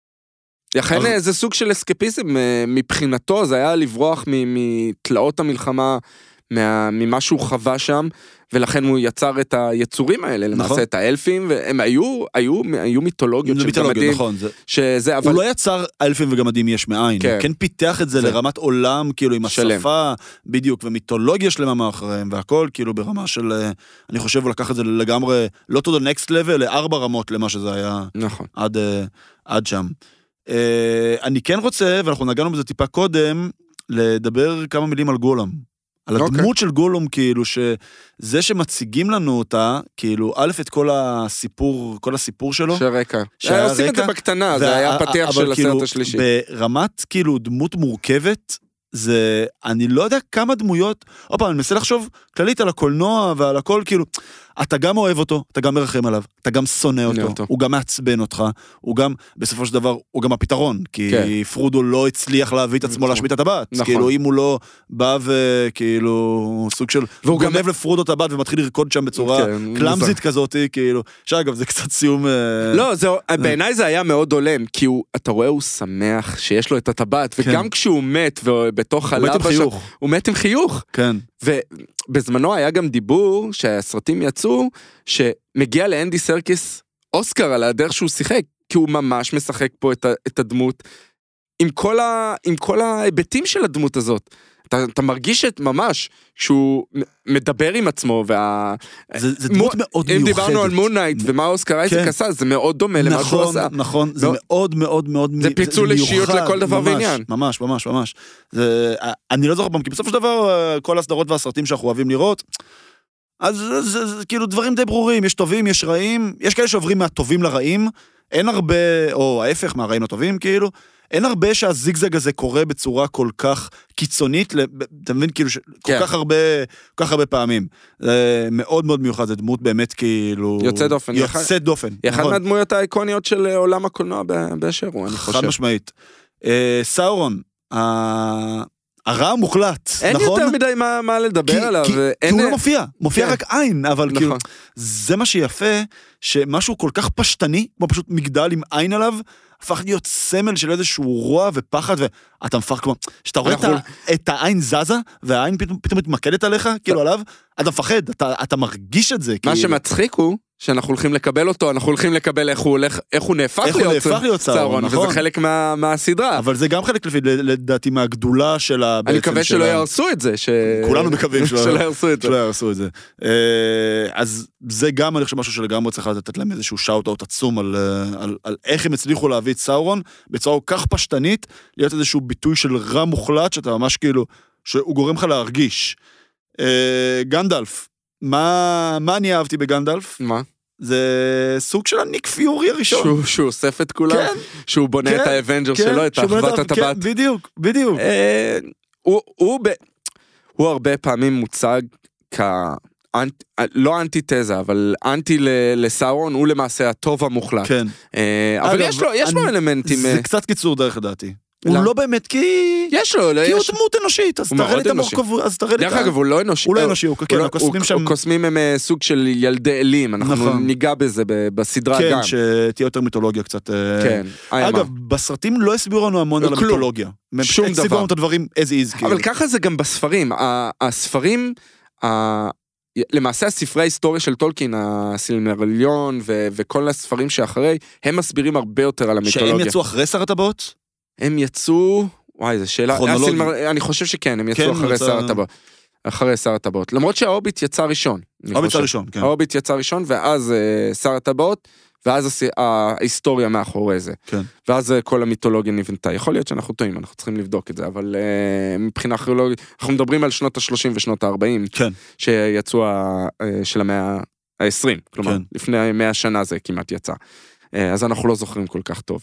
לכן זה סוג של אסקפיזם, מבחינתו זה היה לברוח מתלאות המלחמה, ממה שהוא חווה שם, ולכן הוא יצר את היצורים האלה, למעשה את האלפים, והם היו, היו, היו מיתולוגיות של גמדים, שזה, אבל... הוא לא יצר אלפים וגמדים יש מאין, הוא כן פיתח את זה לרמת עולם, כאילו עם השפה, בדיוק, ומיתולוגיה שלמה מאחריהם, והכל כאילו ברמה של, אני חושב, הוא לקח את זה לגמרי, לא to the next level, לארבע רמות למה שזה היה, עד שם. אני כן רוצה, ואנחנו נגענו בזה טיפה קודם, לדבר כמה מילים על גולם. על הדמות של גולום, כאילו, שזה שמציגים לנו אותה, כאילו, א' את כל הסיפור, כל הסיפור שלו. שרקע. עושים את זה בקטנה, זה היה פתיח של הסרט השלישי. ברמת, כאילו, דמות מורכבת, זה, אני לא יודע כמה דמויות, אופה, אני מנסה לחשוב כללית על הקולנוע ועל הכל, כאילו, אתה גם אוהב אותו, אתה גם מרחם עליו, אתה גם שונא אותו, אותו. הוא גם מעצבן אותך, הוא גם, בסופו של דבר, הוא גם הפתרון, כי כן. פרודו לא הצליח להביא את עצמו להשמיט את הטבעת, נכון. כאילו, אם הוא לא בא וכאילו, סוג של, והוא גונב גם... לפרודו את הטבעת ומתחיל לרקוד שם בצורה כן, קלאמזית מוזר. כזאת, כאילו, שאגב, זה קצת סיום... לא, זה, בעיניי זה היה מאוד הולם, כי הוא, אתה רואה, הוא שמח שיש לו את הטבעת, כן. וגם כשהוא מת, ובתוך הלבה שם, הוא מת עם חיוך. כן. ובזמנו היה גם דיבור שהסרטים יצאו, שמגיע לאנדי סרקיס אוסקר על הדרך שהוא שיחק, כי הוא ממש משחק פה את, את הדמות, עם כל, ה, עם כל ההיבטים של הדמות הזאת. אתה, אתה מרגיש את ממש, שהוא מדבר עם עצמו, וה... זה, זה דמות מו, מאוד מיוחדת. אם דיברנו על מון נייט, ומה אוסקר אייזק עשה, זה מאוד דומה למה שהוא עשה. נכון, נכון, זה מאוד מאוד מאוד זה פיצול אישיות לכל דבר ועניין. ממש, ממש, ממש. זה, אני לא זוכר פעם, כי בסוף של דבר, כל הסדרות והסרטים שאנחנו אוהבים לראות, אז זה, זה, זה כאילו דברים די ברורים, יש טובים, יש רעים, יש כאלה שעוברים מהטובים לרעים, אין הרבה, או ההפך מהרעים הטובים, כאילו, אין הרבה שהזיגזג הזה קורה בצורה כל כך קיצונית, אתה מבין, כאילו, כל כך הרבה, כל כך הרבה פעמים. זה מאוד מאוד מיוחד, זה דמות באמת כאילו... יוצא דופן. יוצא דופן. היא אחת מהדמויות האיקוניות של עולם הקולנוע באשר הוא, אני חושב. חד משמעית. סאורון, הרע המוחלט, אין נכון? יותר מדי מה, מה לדבר עליו. כי, ואין... כי הוא לא מופיע, מופיע כן. רק עין, אבל נכון. כאילו, זה מה שיפה, שמשהו כל כך פשטני, כמו פשוט מגדל עם עין עליו, הפך להיות סמל של איזשהו רוע ופחד, ואתה מפח כמו, שאתה רואה אנחנו... את, ה, את העין זזה, והעין פתאום, פתאום מתמקדת עליך, כאילו עליו, אתה מפחד, אתה, אתה מרגיש את זה. מה כאילו. שמצחיק הוא, שאנחנו הולכים לקבל אותו, אנחנו הולכים לקבל איך הוא הולך, איך הוא נהפך איך להיות, הוא נהפך להיות סאורון, נכון. וזה חלק מה, מהסדרה. אבל זה גם חלק לפי, לדעתי, מהגדולה של ה... אני מקווה שלא יהרסו את זה, ש... כולנו מקווים שלא יהרסו את זה. שלא יהרסו את זה. אז זה גם, אני חושב, משהו שלגמרי צריך לתת להם איזשהו שאוט-אוט עצום על, על, על איך הם הצליחו להביא את סאורון, בצורה כך פשטנית, להיות איזשהו ביטוי של רע מוחלט, שאתה ממש כאילו, שהוא גורם לך להרגיש. גנדלף, מה, מה אני אהבתי בגנדלף? מה? זה סוג של הניק פיורי הראשון. שהוא, שהוא אוסף את כולם, כן, שהוא בונה כן, את האבנג'ר כן, שלו, את אחוות הטבעת. כן, בדיוק, בדיוק. אה, הוא, הוא, ב, הוא הרבה פעמים מוצג כ... אנט, לא אנטי-תזה, אבל אנטי לסאורון, הוא למעשה הטוב המוחלט. כן. אה, אבל אגב, יש לו, יש אני, לו אלמנטים... זה קצת קיצור דרך לדעתי. לא. הוא לא באמת, כי... יש לו, כי הוא יש... דמות אנושית, אז תראה לי את המורכבות, אז תראה לי את ה... דרך אגב, הוא לא אנושי. הוא לא אנושי, הוא כן, הקוסמים שם... הקוסמים הם סוג של ילדי אלים, אנחנו ניגע בזה בסדרה גם. כן, שתהיה יותר מיתולוגיה קצת. כן. אגב, בסרטים לא הסבירו לנו המון על המיתולוגיה. שום דבר. הסבירו לנו את הדברים as is. אבל ככה זה גם בספרים. הספרים... למעשה הספרי ההיסטוריה של טולקין, הסילמריליון וכל הספרים שאחרי, הם מסבירים הרבה יותר על המיתולוגיה. שהם יצאו אחרי שר הטבעות? הם יצאו, וואי, זו שאלה, כרונולוגיה. אני חושב שכן, הם יצאו אחרי שר הטבעות. אחרי שר הטבעות. למרות שההוביט יצא ראשון. ההוביט יצא ראשון, כן. ההוביט יצא ראשון, ואז שר הטבעות, ואז ההיסטוריה מאחורי זה. כן. ואז כל המיתולוגיה נבנתה. יכול להיות שאנחנו טועים, אנחנו צריכים לבדוק את זה, אבל מבחינה ארכיאולוגית, אנחנו מדברים על שנות ה-שלושים ושנות ה-ארבעים, כן. שיצאו של המאה ה-עשרים, כלומר, כן. לפני מאה שנה זה כמעט יצא. אז אנחנו לא זוכרים כל כך טוב.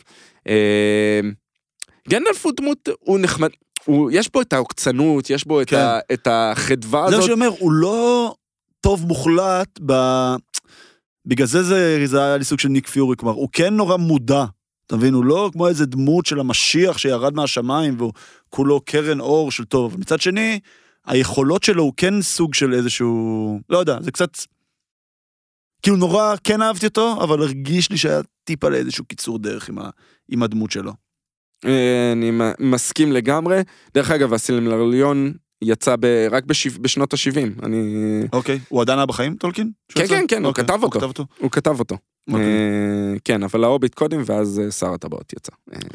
גנדלף הוא דמות, הוא נחמד, הוא, יש בו את העוקצנות, יש בו כן. את, ה, את החדווה הזאת. זה מה שאומר, הוא לא טוב מוחלט, ב... בגלל זה זה, זה היה לי סוג של ניק פיורי, כלומר, הוא כן נורא מודע, אתה מבין, הוא לא כמו איזה דמות של המשיח שירד מהשמיים, והוא כולו קרן אור של טוב, אבל מצד שני, היכולות שלו הוא כן סוג של איזשהו, לא יודע, זה קצת, כאילו נורא כן אהבתי אותו, אבל הרגיש לי שהיה טיפ על איזשהו קיצור דרך עם, ה... עם הדמות שלו. אני מסכים לגמרי. דרך אגב, הסילמריליון יצא ב... רק בש... בשנות ה-שבעים. אני... אוקיי. הוא עדיין היה בחיים, טולקין? כן, כן, כן, הוא אוקיי. כתב אותו. הוא כתב אותו. הוא כתב אותו. אוקיי. כן, אבל ההוביט קודם, ואז שר הטבעות יצא.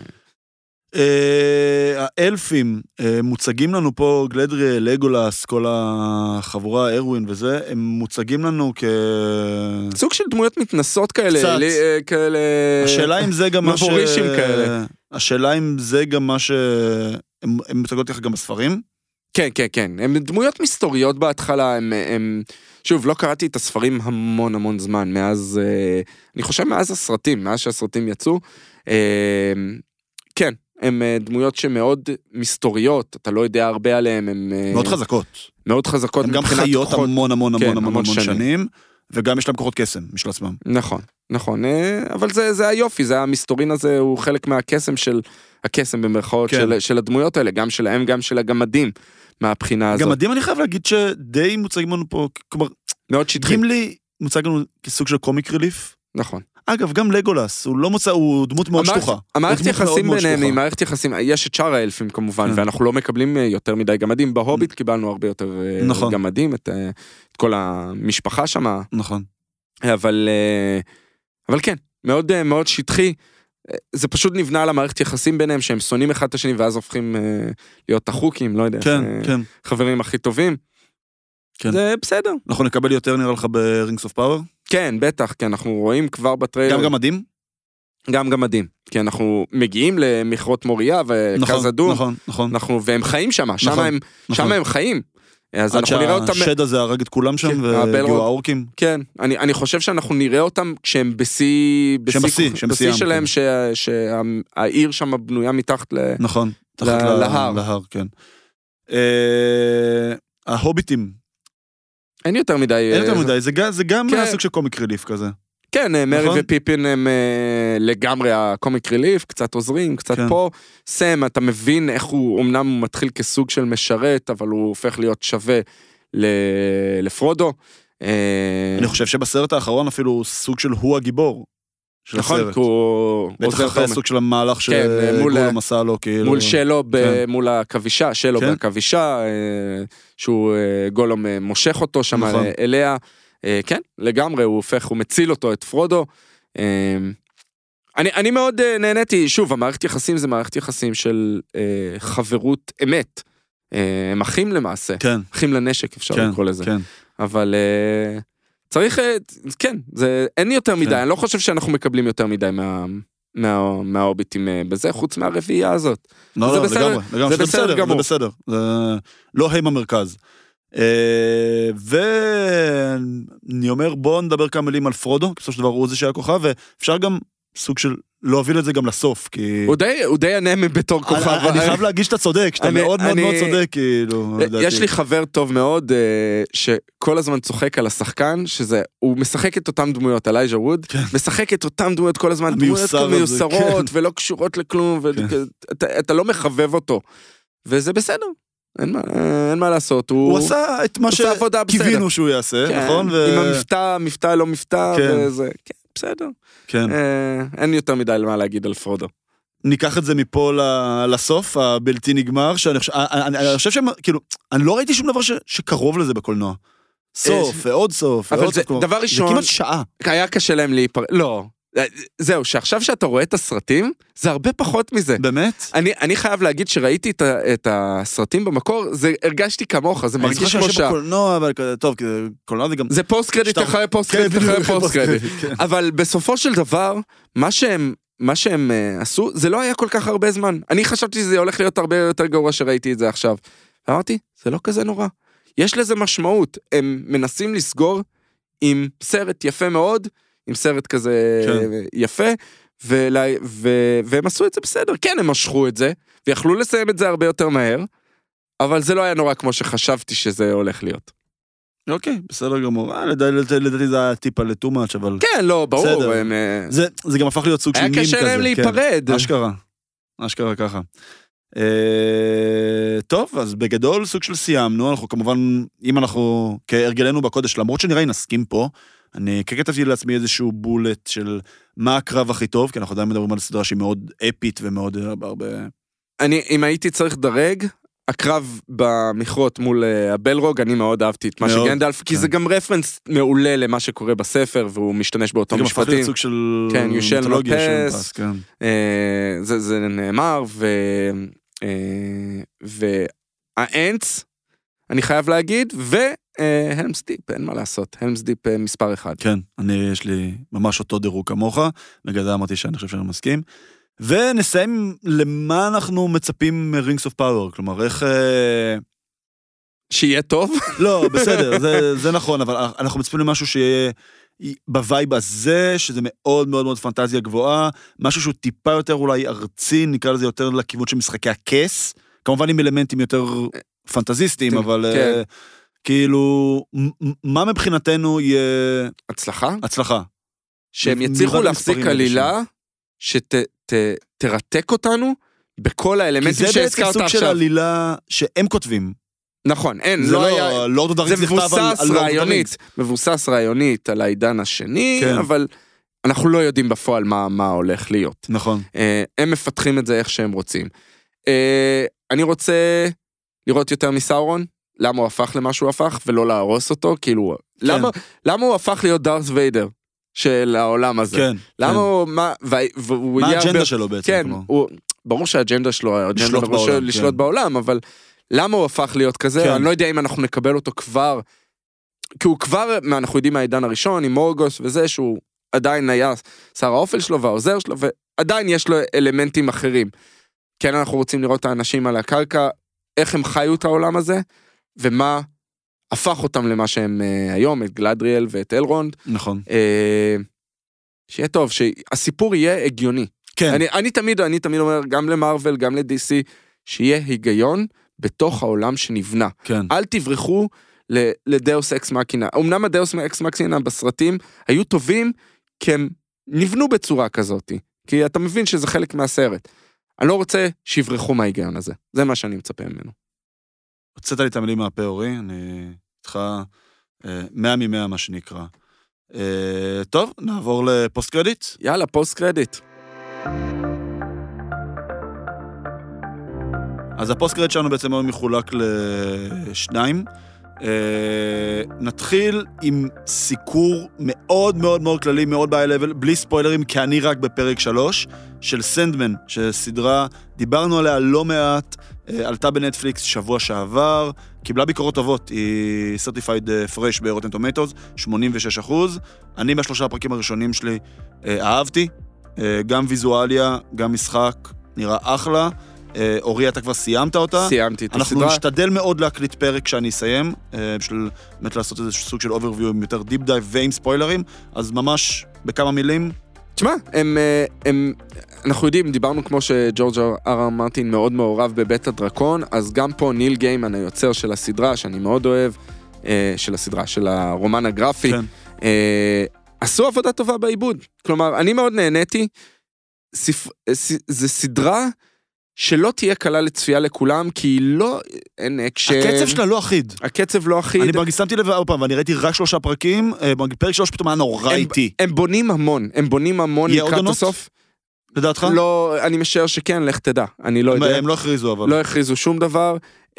האלפים מוצגים לנו פה, גלדריאל, לגולס, כל החבורה, ארווין וזה, הם מוצגים לנו כ... סוג של דמויות מתנסות כאלה. קצת. כאלה... השאלה אם זה גם מה ש... מבורישים כאלה. השאלה אם זה גם מה ש... הם מוצגות לך גם בספרים? כן, כן, כן. הם דמויות מסתוריות בהתחלה, הם... הם... שוב, לא קראתי את הספרים המון המון זמן, מאז... אני חושב מאז הסרטים, מאז שהסרטים יצאו. כן. הן דמויות שמאוד מסתוריות, אתה לא יודע הרבה עליהן, הן... מאוד חזקות. מאוד חזקות. הן גם חיות כוחות, המון המון כן, המון המון, המון שנים. שנים, וגם יש להם כוחות קסם משל עצמם. נכון, נכון, אבל זה, זה היופי, זה המסתורין הזה, הוא חלק מהקסם של, הקסם במרכאות כן. של, של הדמויות האלה, גם שלהם, גם של הגמדים, מהבחינה הזאת. גמדים אני חייב להגיד שדי מוצגים לנו פה, כלומר, מאוד שטחי. גימלי מוצג לנו כסוג של קומיק ריליף. נכון. אגב, גם לגולס, הוא לא מוצא, הוא דמות מאוד שטוחה. המערכת יחסים ביניהם היא מערכת יחסים, יש את שאר האלפים כמובן, ואנחנו לא מקבלים יותר מדי גמדים, בהוביט קיבלנו הרבה יותר גמדים, את כל המשפחה שם. נכון. אבל, אבל כן, מאוד מאוד שטחי, זה פשוט נבנה על המערכת יחסים ביניהם, שהם שונאים אחד את השני, ואז הופכים להיות החוקים, לא יודע, חברים הכי טובים. זה בסדר. אנחנו נקבל יותר נראה לך ב-Rings of Power? כן, בטח, כי אנחנו רואים כבר בטריילר. גם גמדים? גם גמדים, כי אנחנו מגיעים למכרות מוריה וכזדום. נכון, נכון. אנחנו, והם חיים שם, שם הם, שם הם חיים. אז אנחנו נראה אותם... עד שהשד הזה הרג את כולם שם, והגיעו האורקים. כן, אני, אני חושב שאנחנו נראה אותם כשהם בשיא... שהם בשיא, שהם בשיא שלהם, ש, שהעיר שם בנויה מתחת ל... נכון, תחת להר. להר, כן. ההוביטים. אין יותר מדי... אין יותר מדי, זה גם סוג של קומיק ריליף כזה. כן, מרי ופיפין הם לגמרי הקומיק ריליף, קצת עוזרים, קצת פה. סם, אתה מבין איך הוא, אמנם הוא מתחיל כסוג של משרת, אבל הוא הופך להיות שווה לפרודו. אני חושב שבסרט האחרון אפילו סוג של הוא הגיבור. נכון, כי הוא... בטח אחרי סוג של המהלך שגולום עשה לו, כאילו... מול שלו, מול הכבישה, שלו בכבישה, שהוא גולום מושך אותו שם אליה. כן, לגמרי, הוא הופך, הוא מציל אותו, את פרודו. אני, אני מאוד נהניתי, שוב, המערכת יחסים זה מערכת יחסים של חברות אמת. הם אחים למעשה. כן. אחים לנשק, אפשר כן, לקרוא לזה. כן. אבל צריך, כן, זה, אין יותר מדי, אני לא חושב שאנחנו מקבלים יותר מדי מה... מה, מהאורביטים בזה, חוץ מהרביעייה הזאת. לא, לא, לגמרי, לגמרי, זה בסדר, זה בסדר. לא הם המרכז. ואני אומר, בואו נדבר כמה מילים על פרודו, כי בסוף של דבר הוא זה שהיה כוכב, ואפשר גם סוג של להוביל את זה גם לסוף, כי... הוא די ענה בתור כוכב. אני חייב להגיש שאתה צודק, שאתה מאוד מאוד מאוד צודק, כאילו... יש לי חבר טוב מאוד, שכל הזמן צוחק על השחקן, שזה, הוא משחק את אותם דמויות, אלייג'ה ווד, משחק את אותם דמויות כל הזמן, דמויות מיוסרות ולא קשורות לכלום, ואתה לא מחבב אותו, וזה בסדר. אין מה, אין מה לעשות. הוא עשה את מה שקיווינו שהוא יעשה, נכון? עם המבטא, מבטא לא מבטא, וזה, כן, בסדר. אין יותר מדי מה להגיד על פרודו. ניקח את זה מפה לסוף, הבלתי נגמר, שאני חושב שהם, כאילו, אני לא ראיתי שום דבר שקרוב לזה בקולנוע. סוף, ועוד סוף, אבל זה דבר ראשון, זה כמעט שעה. היה קשה להם להיפרד, לא. זהו, שעכשיו שאתה רואה את הסרטים, זה הרבה פחות מזה. באמת? אני, אני חייב להגיד שראיתי את, את הסרטים במקור, זה הרגשתי כמוך, זה מרגיש כמו שעה. בקולנוע, אבל טוב, כי קולנוע זה גם... זה פוסט קרדיט אחרי פוסט קרדיט אחרי פוסט קרדיט. אבל בסופו של דבר, מה שהם, מה שהם עשו, זה לא היה כל כך הרבה זמן. אני חשבתי שזה הולך להיות הרבה יותר גרוע שראיתי את זה עכשיו. אמרתי, זה לא כזה נורא. יש לזה משמעות. הם מנסים לסגור עם סרט יפה מאוד, עם סרט כזה יפה, והם עשו את זה בסדר. כן, הם משכו את זה, ויכלו לסיים את זה הרבה יותר מהר, אבל זה לא היה נורא כמו שחשבתי שזה הולך להיות. אוקיי, בסדר גמור. לדעתי זה היה טיפה לטומאץ', אבל... כן, לא, ברור. זה גם הפך להיות סוג של מים כזה. היה קשה להם להיפרד. אשכרה, אשכרה ככה. טוב, אז בגדול סוג של סיימנו, אנחנו כמובן, אם אנחנו כהרגלנו בקודש, למרות שנראה נסכים פה, אני ככתבתי לעצמי איזשהו בולט של מה הקרב הכי טוב, כי אנחנו עדיין מדברים על סדרה שהיא מאוד אפית ומאוד הרבה... אני, אם הייתי צריך דרג, הקרב במכרות מול הבלרוג, אני מאוד אהבתי את מה שגנדלף, כי זה גם רפרנס מעולה למה שקורה בספר, והוא משתמש באותו משפטים. זה גם הפך להיות סוג של מיתולוגיה. זה נאמר, והאנץ, אני חייב להגיד, ו... הלמס דיפ, אין מה לעשות, הלמס דיפ מספר אחד. כן, אני, יש לי ממש אותו דירוג כמוך, בגלל זה אמרתי שאני חושב שאני מסכים, ונסיים למה אנחנו מצפים מ-Rings of Power, כלומר, איך... שיהיה טוב? לא, בסדר, זה, זה נכון, אבל אנחנו מצפים למשהו שיהיה בווייב הזה, שזה מאוד מאוד מאוד פנטזיה גבוהה, משהו שהוא טיפה יותר אולי ארצי, נקרא לזה יותר לכיוון של משחקי הכס, כמובן עם אלמנטים יותר פנטזיסטיים, אבל... כאילו, מה מבחינתנו יהיה... הצלחה? הצלחה. שהם יצליחו להחזיק עלילה, שתרתק אותנו בכל האלמנטים שהזכרת עכשיו. כי זה בעצם סוג של עלילה שהם כותבים. נכון, אין, לא היה... זה מבוסס רעיונית, מבוסס רעיונית על העידן השני, אבל אנחנו לא יודעים בפועל מה הולך להיות. נכון. הם מפתחים את זה איך שהם רוצים. אני רוצה לראות יותר מסאורון, למה הוא הפך למה שהוא הפך, ולא להרוס אותו, כאילו, כן. למה, למה הוא הפך להיות דארת' ויידר של העולם הזה? כן. למה כן. הוא, מה, והוא, מה האג'נדה הרבה, שלו בעצם? כן, הוא, ברור שהאג'נדה שלו, האג'נדה לשלוט בעולם, בעולם, לשלוט כן. בעולם, אבל למה הוא הפך להיות כזה? כן. אני לא יודע אם אנחנו נקבל אותו כבר, כי הוא כבר, אנחנו יודעים מהעידן הראשון, עם מורגוס וזה, שהוא עדיין היה שר האופל שלו והעוזר שלו, ועדיין יש לו אלמנטים אחרים. כן, אנחנו רוצים לראות את האנשים על הקרקע, איך הם חיו את העולם הזה, ומה הפך אותם למה שהם היום, את גלדריאל ואת אלרונד. נכון. שיהיה טוב, שהסיפור יהיה הגיוני. כן. אני, אני תמיד, אני תמיד אומר, גם למרוול, גם ל-די סי, שיהיה היגיון בתוך העולם שנבנה. כן. אל תברחו לדאוס אקס מאקינה. אמנם הדאוס אקס מאקינה בסרטים היו טובים, כי הם נבנו בצורה כזאת. כי אתה מבין שזה חלק מהסרט. אני לא רוצה שיברחו מההיגיון הזה. זה מה שאני מצפה ממנו. הוצאת לי את המילים מהפה, אורי, אני איתך מאה ממאה מה שנקרא. טוב, נעבור לפוסט קרדיט. יאללה, פוסט קרדיט. אז הפוסט קרדיט שלנו בעצם היום מחולק לשניים. נתחיל עם סיקור מאוד מאוד מאוד כללי, מאוד ביי-לבל, בלי ספוילרים, כי אני רק בפרק שלוש, של סנדמן, שסדרה, דיברנו עליה לא מעט, עלתה בנטפליקס שבוע שעבר, קיבלה ביקורות טובות, היא certified fresh ב-Rotten Tomatoes, שמונים ושש אחוז. אני בשלושה הפרקים הראשונים שלי אהבתי, גם ויזואליה, גם משחק, נראה אחלה. אורי, אתה כבר סיימת אותה. סיימתי את הסדרה. אנחנו נשתדל מאוד להקליט פרק כשאני אסיים, בשביל באמת לעשות איזה סוג של overview עם יותר דיפ דייב ועם ספוילרים, אז ממש בכמה מילים. תשמע, הם, הם, אנחנו יודעים, דיברנו כמו שג'ורג' אר מרטין מאוד מעורב בבית הדרקון, אז גם פה ניל גיימן, היוצר של הסדרה, שאני מאוד אוהב, של הסדרה, של הרומן הגרפי, כן. עשו עבודה טובה בעיבוד. כלומר, אני מאוד נהניתי, זה סדרה שלא תהיה קלה לצפייה לכולם, כי היא לא, אין אקשן. הקצב שלה לא אחיד. הקצב לא אחיד. אני מרגיש, שמתי לב עוד פעם, ואני ראיתי רק שלושה פרקים, פרק שלוש פתאום היה נורא איטי. הם בונים המון, הם בונים המון לקראת הסוף. לדעתך? לא, אני משער שכן, לך תדע. אני לא יודע. הם לא הכריזו, אבל. לא הכריזו שום דבר.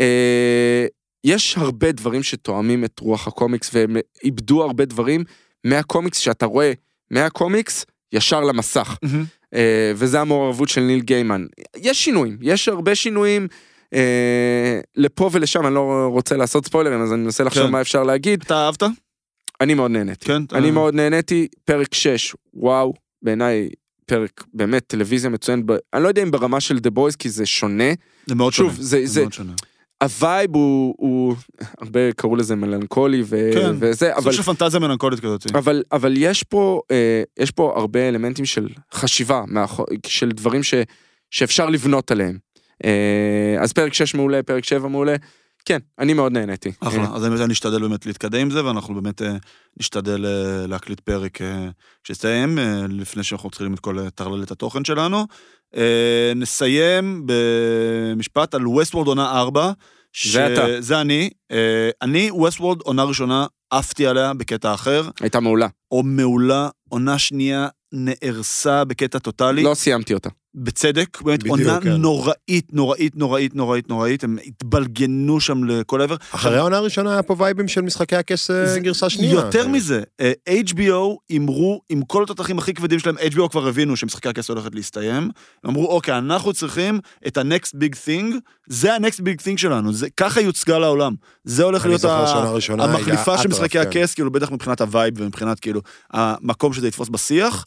יש הרבה דברים שתואמים את רוח הקומיקס, והם איבדו הרבה דברים מהקומיקס, שאתה רואה מהקומיקס, ישר למסך. וזה המעורבות של ניל גיימן. יש שינויים, יש הרבה שינויים לפה ולשם, אני לא רוצה לעשות ספוילרים, אז אני מנסה לחשוב מה אפשר להגיד. אתה אהבת? אני מאוד נהניתי. אני מאוד נהניתי, פרק שש, וואו, בעיניי פרק באמת טלוויזיה מצוין, אני לא יודע אם ברמה של The Boys, כי זה שונה. זה מאוד שונה. זה מאוד שונה. הווייב הוא, הוא, הרבה קראו לזה מלנכולי ו, כן, וזה, אבל... סוג של פנטזיה מלנכולית כזאת. אבל, אבל יש פה, יש פה הרבה אלמנטים של חשיבה, של דברים ש, שאפשר לבנות עליהם. אז פרק שש מעולה, פרק שבע מעולה, כן, אני מאוד נהניתי. אחלה, אז אני נשתדל באמת להתקדם עם זה, ואנחנו באמת נשתדל להקליט פרק כשתסיים, לפני שאנחנו צריכים את כל תרללת התוכן שלנו. נסיים במשפט על ווסטוורד עונה ארבע. זה אתה. זה אני. אני, ווסטוורד עונה ראשונה, עפתי עליה בקטע אחר. הייתה מעולה. או מעולה, עונה שנייה נהרסה בקטע טוטלי. לא סיימתי אותה. בצדק, באמת עונה נוראית, נוראית, נוראית, נוראית, נוראית, הם התבלגנו שם לכל עבר. אחרי העונה הראשונה היה פה וייבים של משחקי הכס גרסה שנייה. יותר מזה, אייץ' בי או אמרו, עם כל התותחים הכי כבדים שלהם, אייץ' בי או כבר הבינו שמשחקי הכס הולכת להסתיים, הם אמרו, אוקיי, אנחנו צריכים את ה-next big thing, זה ה-next big thing שלנו, ככה יוצגה לעולם, זה הולך להיות המחליפה של משחקי הכס, כאילו בטח מבחינת הווייב ומבחינת כאילו המקום שזה יתפוס בשיח.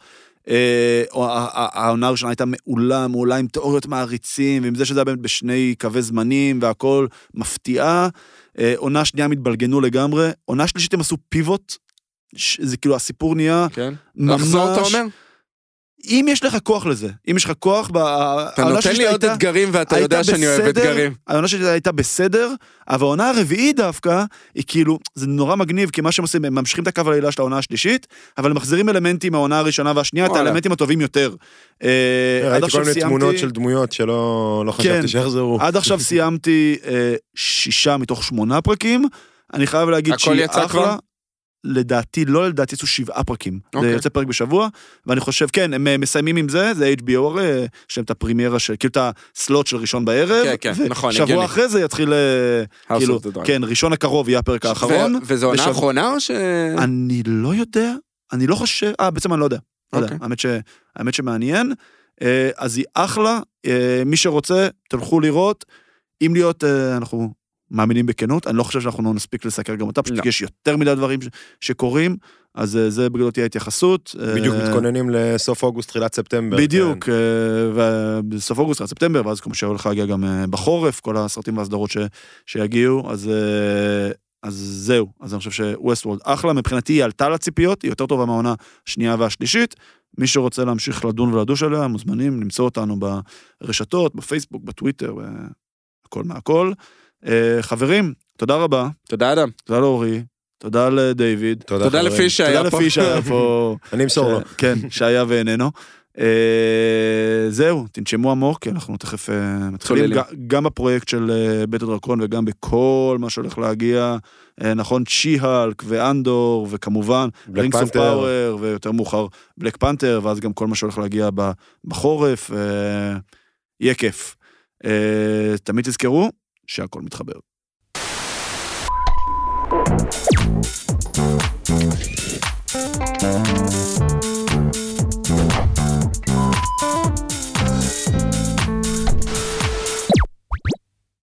העונה הראשונה הייתה מעולה, מעולה עם תיאוריות מעריצים, ועם זה שזה היה בשני קווי זמנים, והכל מפתיעה. עונה שנייה מתבלגנו לגמרי, עונה שלישית הם עשו פיבוט, זה כאילו הסיפור נהיה ממש... לחזור אתה אומר? אם יש לך כוח לזה, אם יש לך כוח, אתה נותן לי עוד אתגרים ואתה יודע שאני אוהב אתגרים. העונה שלי הייתה בסדר, אבל העונה הרביעית דווקא, היא כאילו, זה נורא מגניב, כי מה שהם עושים, הם ממשיכים את הקו הלילה של העונה השלישית, אבל הם מחזירים אלמנטים מהעונה הראשונה והשנייה, את האלמנטים הטובים יותר. ראיתי כל מיני תמונות של דמויות שלא חשבתי שיחזרו. עד עכשיו סיימתי שישה מתוך שמונה פרקים, אני חייב להגיד שהיא אחלה. לדעתי, לא לדעתי, יצאו שבעה פרקים. Okay. זה יוצא פרק בשבוע, ואני חושב, כן, הם מסיימים עם זה, זה אייץ' בי או הרי, יש להם את הפרימיירה של, כאילו את הסלוט של ראשון בערב, כן, כן, נכון, שבוע הגיוני. אחרי זה יתחיל, כאילו, כן, ראשון הקרוב יהיה הפרק האחרון. וזו עונה האחרונה או ש... אני לא יודע, אני לא חושב, אה, בעצם אני לא יודע. לא יודע, האמת ש... האמת שמעניין, אז היא אחלה, מי שרוצה, תלכו לראות, אם להיות, אנחנו מאמינים בכנות, אני לא חושב שאנחנו לא נספיק לסקר גם אותה, פשוט יש יותר מדי דברים שקורים, אז זה בגלל תהיה התייחסות. בדיוק מתכוננים לסוף אוגוסט, תחילת ספטמבר. בדיוק, בסוף אוגוסט, תחילת ספטמבר, ואז כמו שהולך להגיע גם בחורף, כל הסרטים והסדרות שיגיעו, אז אז זהו, אז אני חושב שווסטוורלד אחלה, מבחינתי היא עלתה לציפיות, היא יותר טובה מהעונה השנייה והשלישית, מי שרוצה להמשיך לדון ולדוש עליה, מוזמנים למצוא אותנו ברשתות, בפייסבוק, בטוויטר, הכל מהכל. חברים, תודה רבה. תודה אדם. תודה לאורי, תודה לדייוויד. תודה לפי שהיה פה. תודה לפי שהיה פה. אני אמסור לו. כן, שהיה ואיננו. זהו, תנשמו עמוק, כי אנחנו תכף מתחילים גם בפרויקט של בית הדרקון וגם בכל מה שהולך להגיע, נכון, צ'י-הלק ואנדור וכמובן רינגס אוף פאוור ויותר מאוחר בלק פנתר, ואז גם כל מה שהולך להגיע בחורף, יהיה כיף. תמיד תזכרו שהכל מתחבר. Thank you.